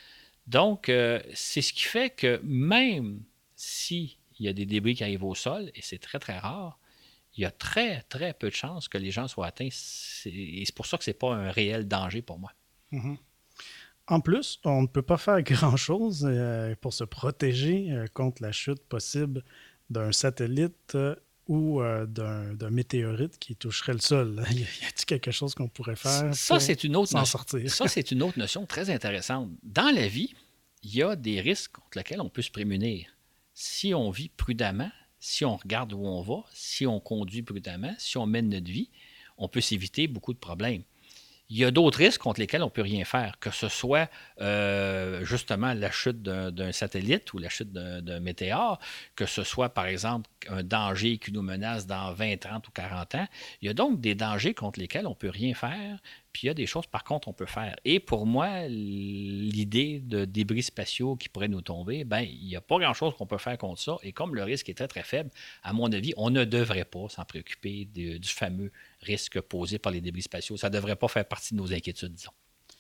Donc, c'est ce qui fait que même s'il y a des débris qui arrivent au sol, et c'est très, très rare, il y a très, très peu de chances que les gens soient atteints. Et c'est pour ça que ce n'est pas un réel danger pour moi. Mm-hmm. En plus, on ne peut pas faire grand-chose pour se protéger contre la chute possible d'un satellite ou d'un météorite qui toucherait le sol. Y a-t-il quelque chose qu'on pourrait faire Ça, c'est une autre s'en sortir? Ça, c'est une autre notion très intéressante. Dans la vie, il y a des risques contre lesquels on peut se prémunir. Si on vit prudemment, si on regarde où on va, si on conduit prudemment, si on mène notre vie, on peut s'éviter beaucoup de problèmes. Il y a d'autres risques contre lesquels on ne peut rien faire, que ce soit justement la chute d'un satellite ou la chute d'un météore, que ce soit par exemple un danger qui nous menace dans 20, 30 ou 40 ans. Il y a donc des dangers contre lesquels on ne peut rien faire, puis il y a des choses par contre on peut faire. Et pour moi, l'idée de débris spatiaux qui pourraient nous tomber, ben il n'y a pas grand-chose qu'on peut faire contre ça. Et comme le risque est très très faible, à mon avis, on ne devrait pas s'en préoccuper du fameux risque posé par les débris spatiaux. Ça ne devrait pas faire partie de nos inquiétudes, disons.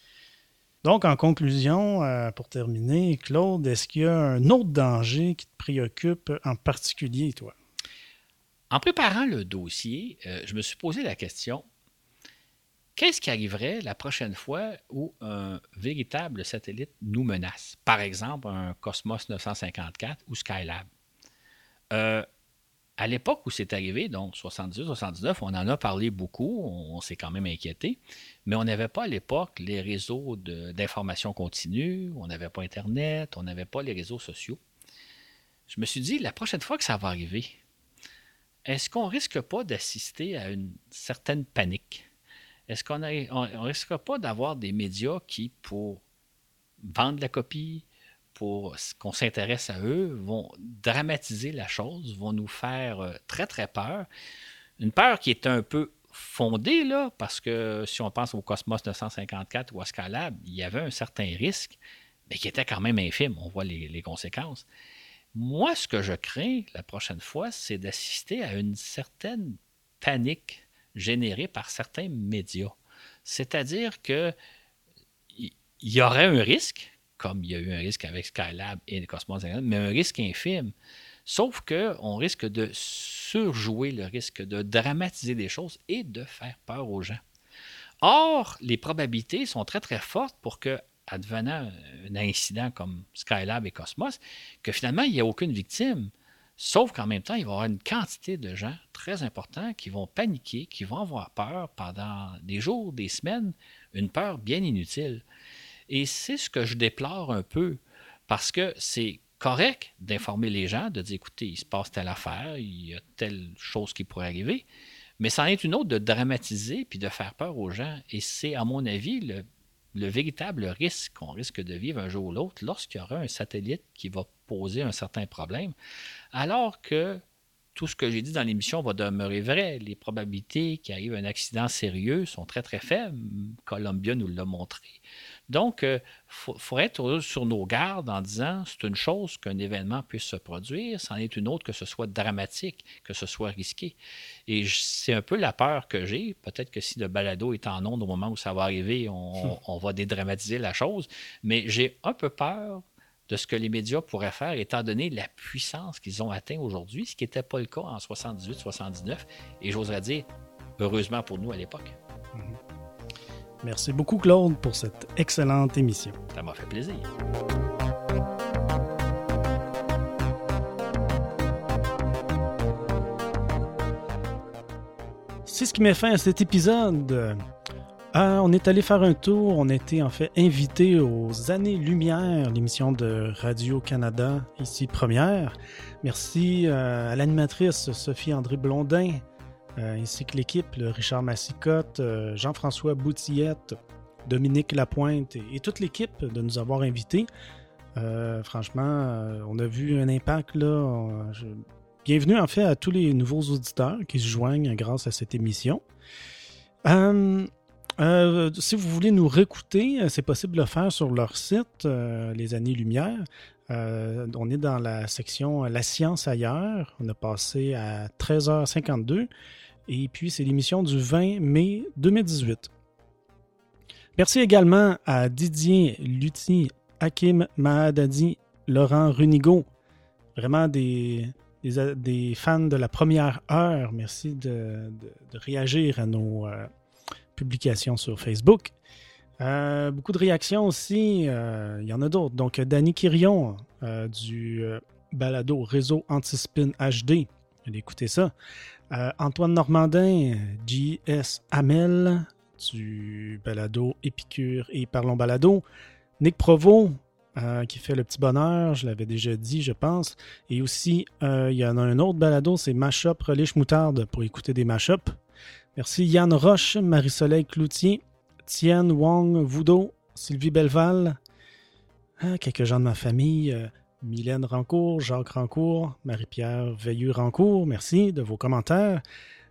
Donc, en conclusion, pour terminer, Claude, est-ce qu'il y a un autre danger qui te préoccupe en particulier, toi? En préparant le dossier, je me suis posé la question, qu'est-ce qui arriverait la prochaine fois où un véritable satellite nous menace? Par exemple, un Cosmos 954 ou Skylab. À l'époque où c'est arrivé, donc 78-79, on en a parlé beaucoup, on s'est quand même inquiété, mais on n'avait pas à l'époque les réseaux d'information continue, on n'avait pas Internet, on n'avait pas les réseaux sociaux. Je me suis dit, la prochaine fois que ça va arriver, est-ce qu'on risque pas d'assister à une certaine panique? Est-ce qu'on ne risque pas d'avoir des médias qui, pour vendre la copie, pour qu'on s'intéresse à eux, vont dramatiser la chose, vont nous faire très, très peur. Une peur qui est un peu fondée, là, parce que si on pense au Cosmos 954 ou à Skylab, il y avait un certain risque, mais qui était quand même infime. On voit les conséquences. Moi, ce que je crains la prochaine fois, c'est d'assister à une certaine panique générée par certains médias. C'est-à-dire qu'il y aurait un risque, comme il y a eu un risque avec Skylab et Cosmos, mais un risque infime. Sauf qu'on risque de surjouer le risque, de dramatiser les choses et de faire peur aux gens. Or, les probabilités sont très, très fortes pour que, advenant un incident comme Skylab et Cosmos, que finalement, il n'y ait aucune victime. Sauf qu'en même temps, il va y avoir une quantité de gens très importants qui vont paniquer, qui vont avoir peur pendant des jours, des semaines, une peur bien inutile. Et c'est ce que je déplore un peu, parce que c'est correct d'informer les gens, de dire, écoutez, il se passe telle affaire, il y a telle chose qui pourrait arriver, mais c'en est une autre de dramatiser puis de faire peur aux gens. Et c'est, à mon avis, le véritable risque qu'on risque de vivre un jour ou l'autre lorsqu'il y aura un satellite qui va poser un certain problème, alors que tout ce que j'ai dit dans l'émission va demeurer vrai. Les probabilités qu'il arrive un accident sérieux sont très, très faibles. Columbia nous l'a montré. Donc, il faut être sur nos gardes en disant c'est une chose qu'un événement puisse se produire, c'en est une autre que ce soit dramatique, que ce soit risqué. Et c'est un peu la peur que j'ai. Peut-être que si le balado est en onde au moment où ça va arriver, on va dédramatiser la chose. Mais j'ai un peu peur de ce que les médias pourraient faire, étant donné la puissance qu'ils ont atteint aujourd'hui, ce qui n'était pas le cas en 78-79, et j'oserais dire, heureusement pour nous à l'époque. Merci beaucoup, Claude, pour cette excellente émission. Ça m'a fait plaisir. C'est ce qui met fin à cet épisode. On est allé faire un tour, on a été en fait invité aux Années-Lumière, l'émission de Radio-Canada, ici première. Merci à l'animatrice Sophie-André Blondin, ainsi que l'équipe, Richard Massicotte, Jean-François Boutillette, Dominique Lapointe et toute l'équipe de nous avoir invités. Franchement, on a vu un impact là. Bienvenue en fait à tous les nouveaux auditeurs qui se joignent grâce à cette émission. Si vous voulez nous réécouter, c'est possible de le faire sur leur site, Les Années-Lumière. On est dans la section La science ailleurs. On a passé à 13h52. Et puis, c'est l'émission du 20 mai 2018. Merci également à Didier Lutti, Hakim Mahadadi, Laurent Runigo. Vraiment des fans de la première heure. Merci de réagir à nos publications sur Facebook. Beaucoup de réactions aussi. Il y en a d'autres. Donc, Danny Quirion du balado Réseau Antispin HD. Allez écouter ça. Antoine Normandin, J.S. Hamel du balado Épicure et Parlons Balado. Nick Provost qui fait le petit bonheur, je l'avais déjà dit, je pense. Et aussi, il y en a un autre balado, c'est Mashup Relish Moutarde pour écouter des mashups. Merci Yann Roche, Marie-Soleil Cloutier, Tienne Wong Voudot, Sylvie Belleval, quelques gens de ma famille, Mylène Rancourt, Jacques Rancourt, Marie-Pierre Veilleux-Rancourt, merci de vos commentaires.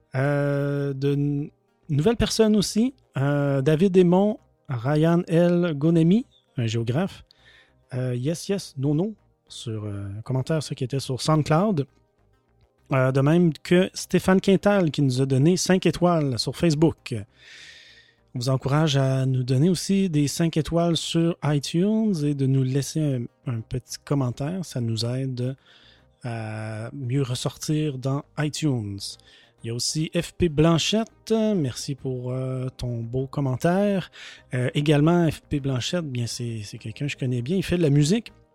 De nouvelles personnes aussi, David Aymon, Ryan L. Gonemi, un géographe, Yes, Nono, sur un commentaire qui était sur SoundCloud. De même que Stéphane Quintal qui nous a donné 5 étoiles sur Facebook. On vous encourage à nous donner aussi des 5 étoiles sur iTunes et de nous laisser un petit commentaire. Ça nous aide à mieux ressortir dans iTunes. Il y a aussi FP Blanchette. Merci pour ton beau commentaire. Également, FP Blanchette, bien c'est quelqu'un que je connais bien. Il fait de la musique.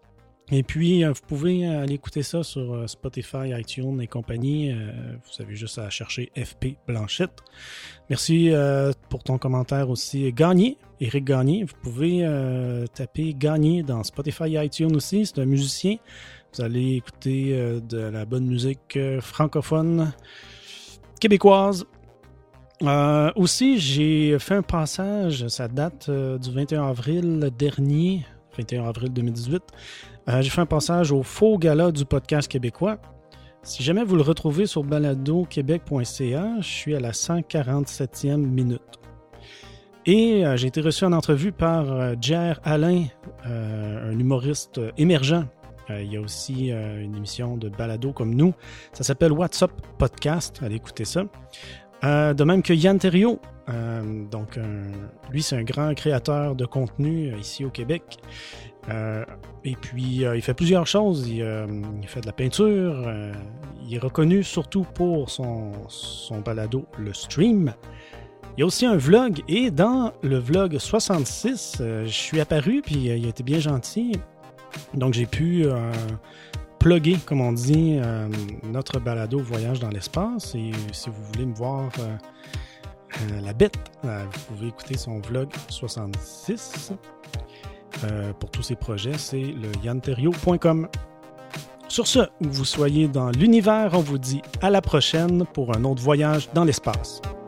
Et puis, vous pouvez aller écouter ça sur Spotify, iTunes et compagnie. Vous avez juste à chercher FP Blanchette. Merci pour ton commentaire aussi. Gagné, Éric Gagné. Vous pouvez taper Gagné dans Spotify et iTunes aussi. C'est un musicien. Vous allez écouter de la bonne musique francophone, québécoise. Aussi, j'ai fait un passage, ça date du 21 avril dernier, 21 avril 2018. J'ai fait un passage au Faux Gala du podcast québécois. Si jamais vous le retrouvez sur baladoquebec.ca, je suis à la 147e minute. Et j'ai été reçu en entrevue par Jer Alain, un humoriste émergent. Il y a aussi une émission de balado comme nous. Ça s'appelle What's Up Podcast. Allez écouter ça. De même que Yann Terriot. Lui, c'est un grand créateur de contenu ici au Québec. Et puis, il fait plusieurs choses. Il fait de la peinture. Il est reconnu surtout pour son balado, le stream. Il y a aussi un vlog. Et dans le vlog 66, je suis apparu, puis il a été bien gentil. Donc, j'ai pu plugger, comme on dit, notre balado Voyage dans l'espace. Et si vous voulez me voir la bête, vous pouvez écouter son vlog 66. Pour tous ces projets, c'est le yanterio.com. Sur ce, où vous soyez dans l'univers, on vous dit à la prochaine pour un autre voyage dans l'espace.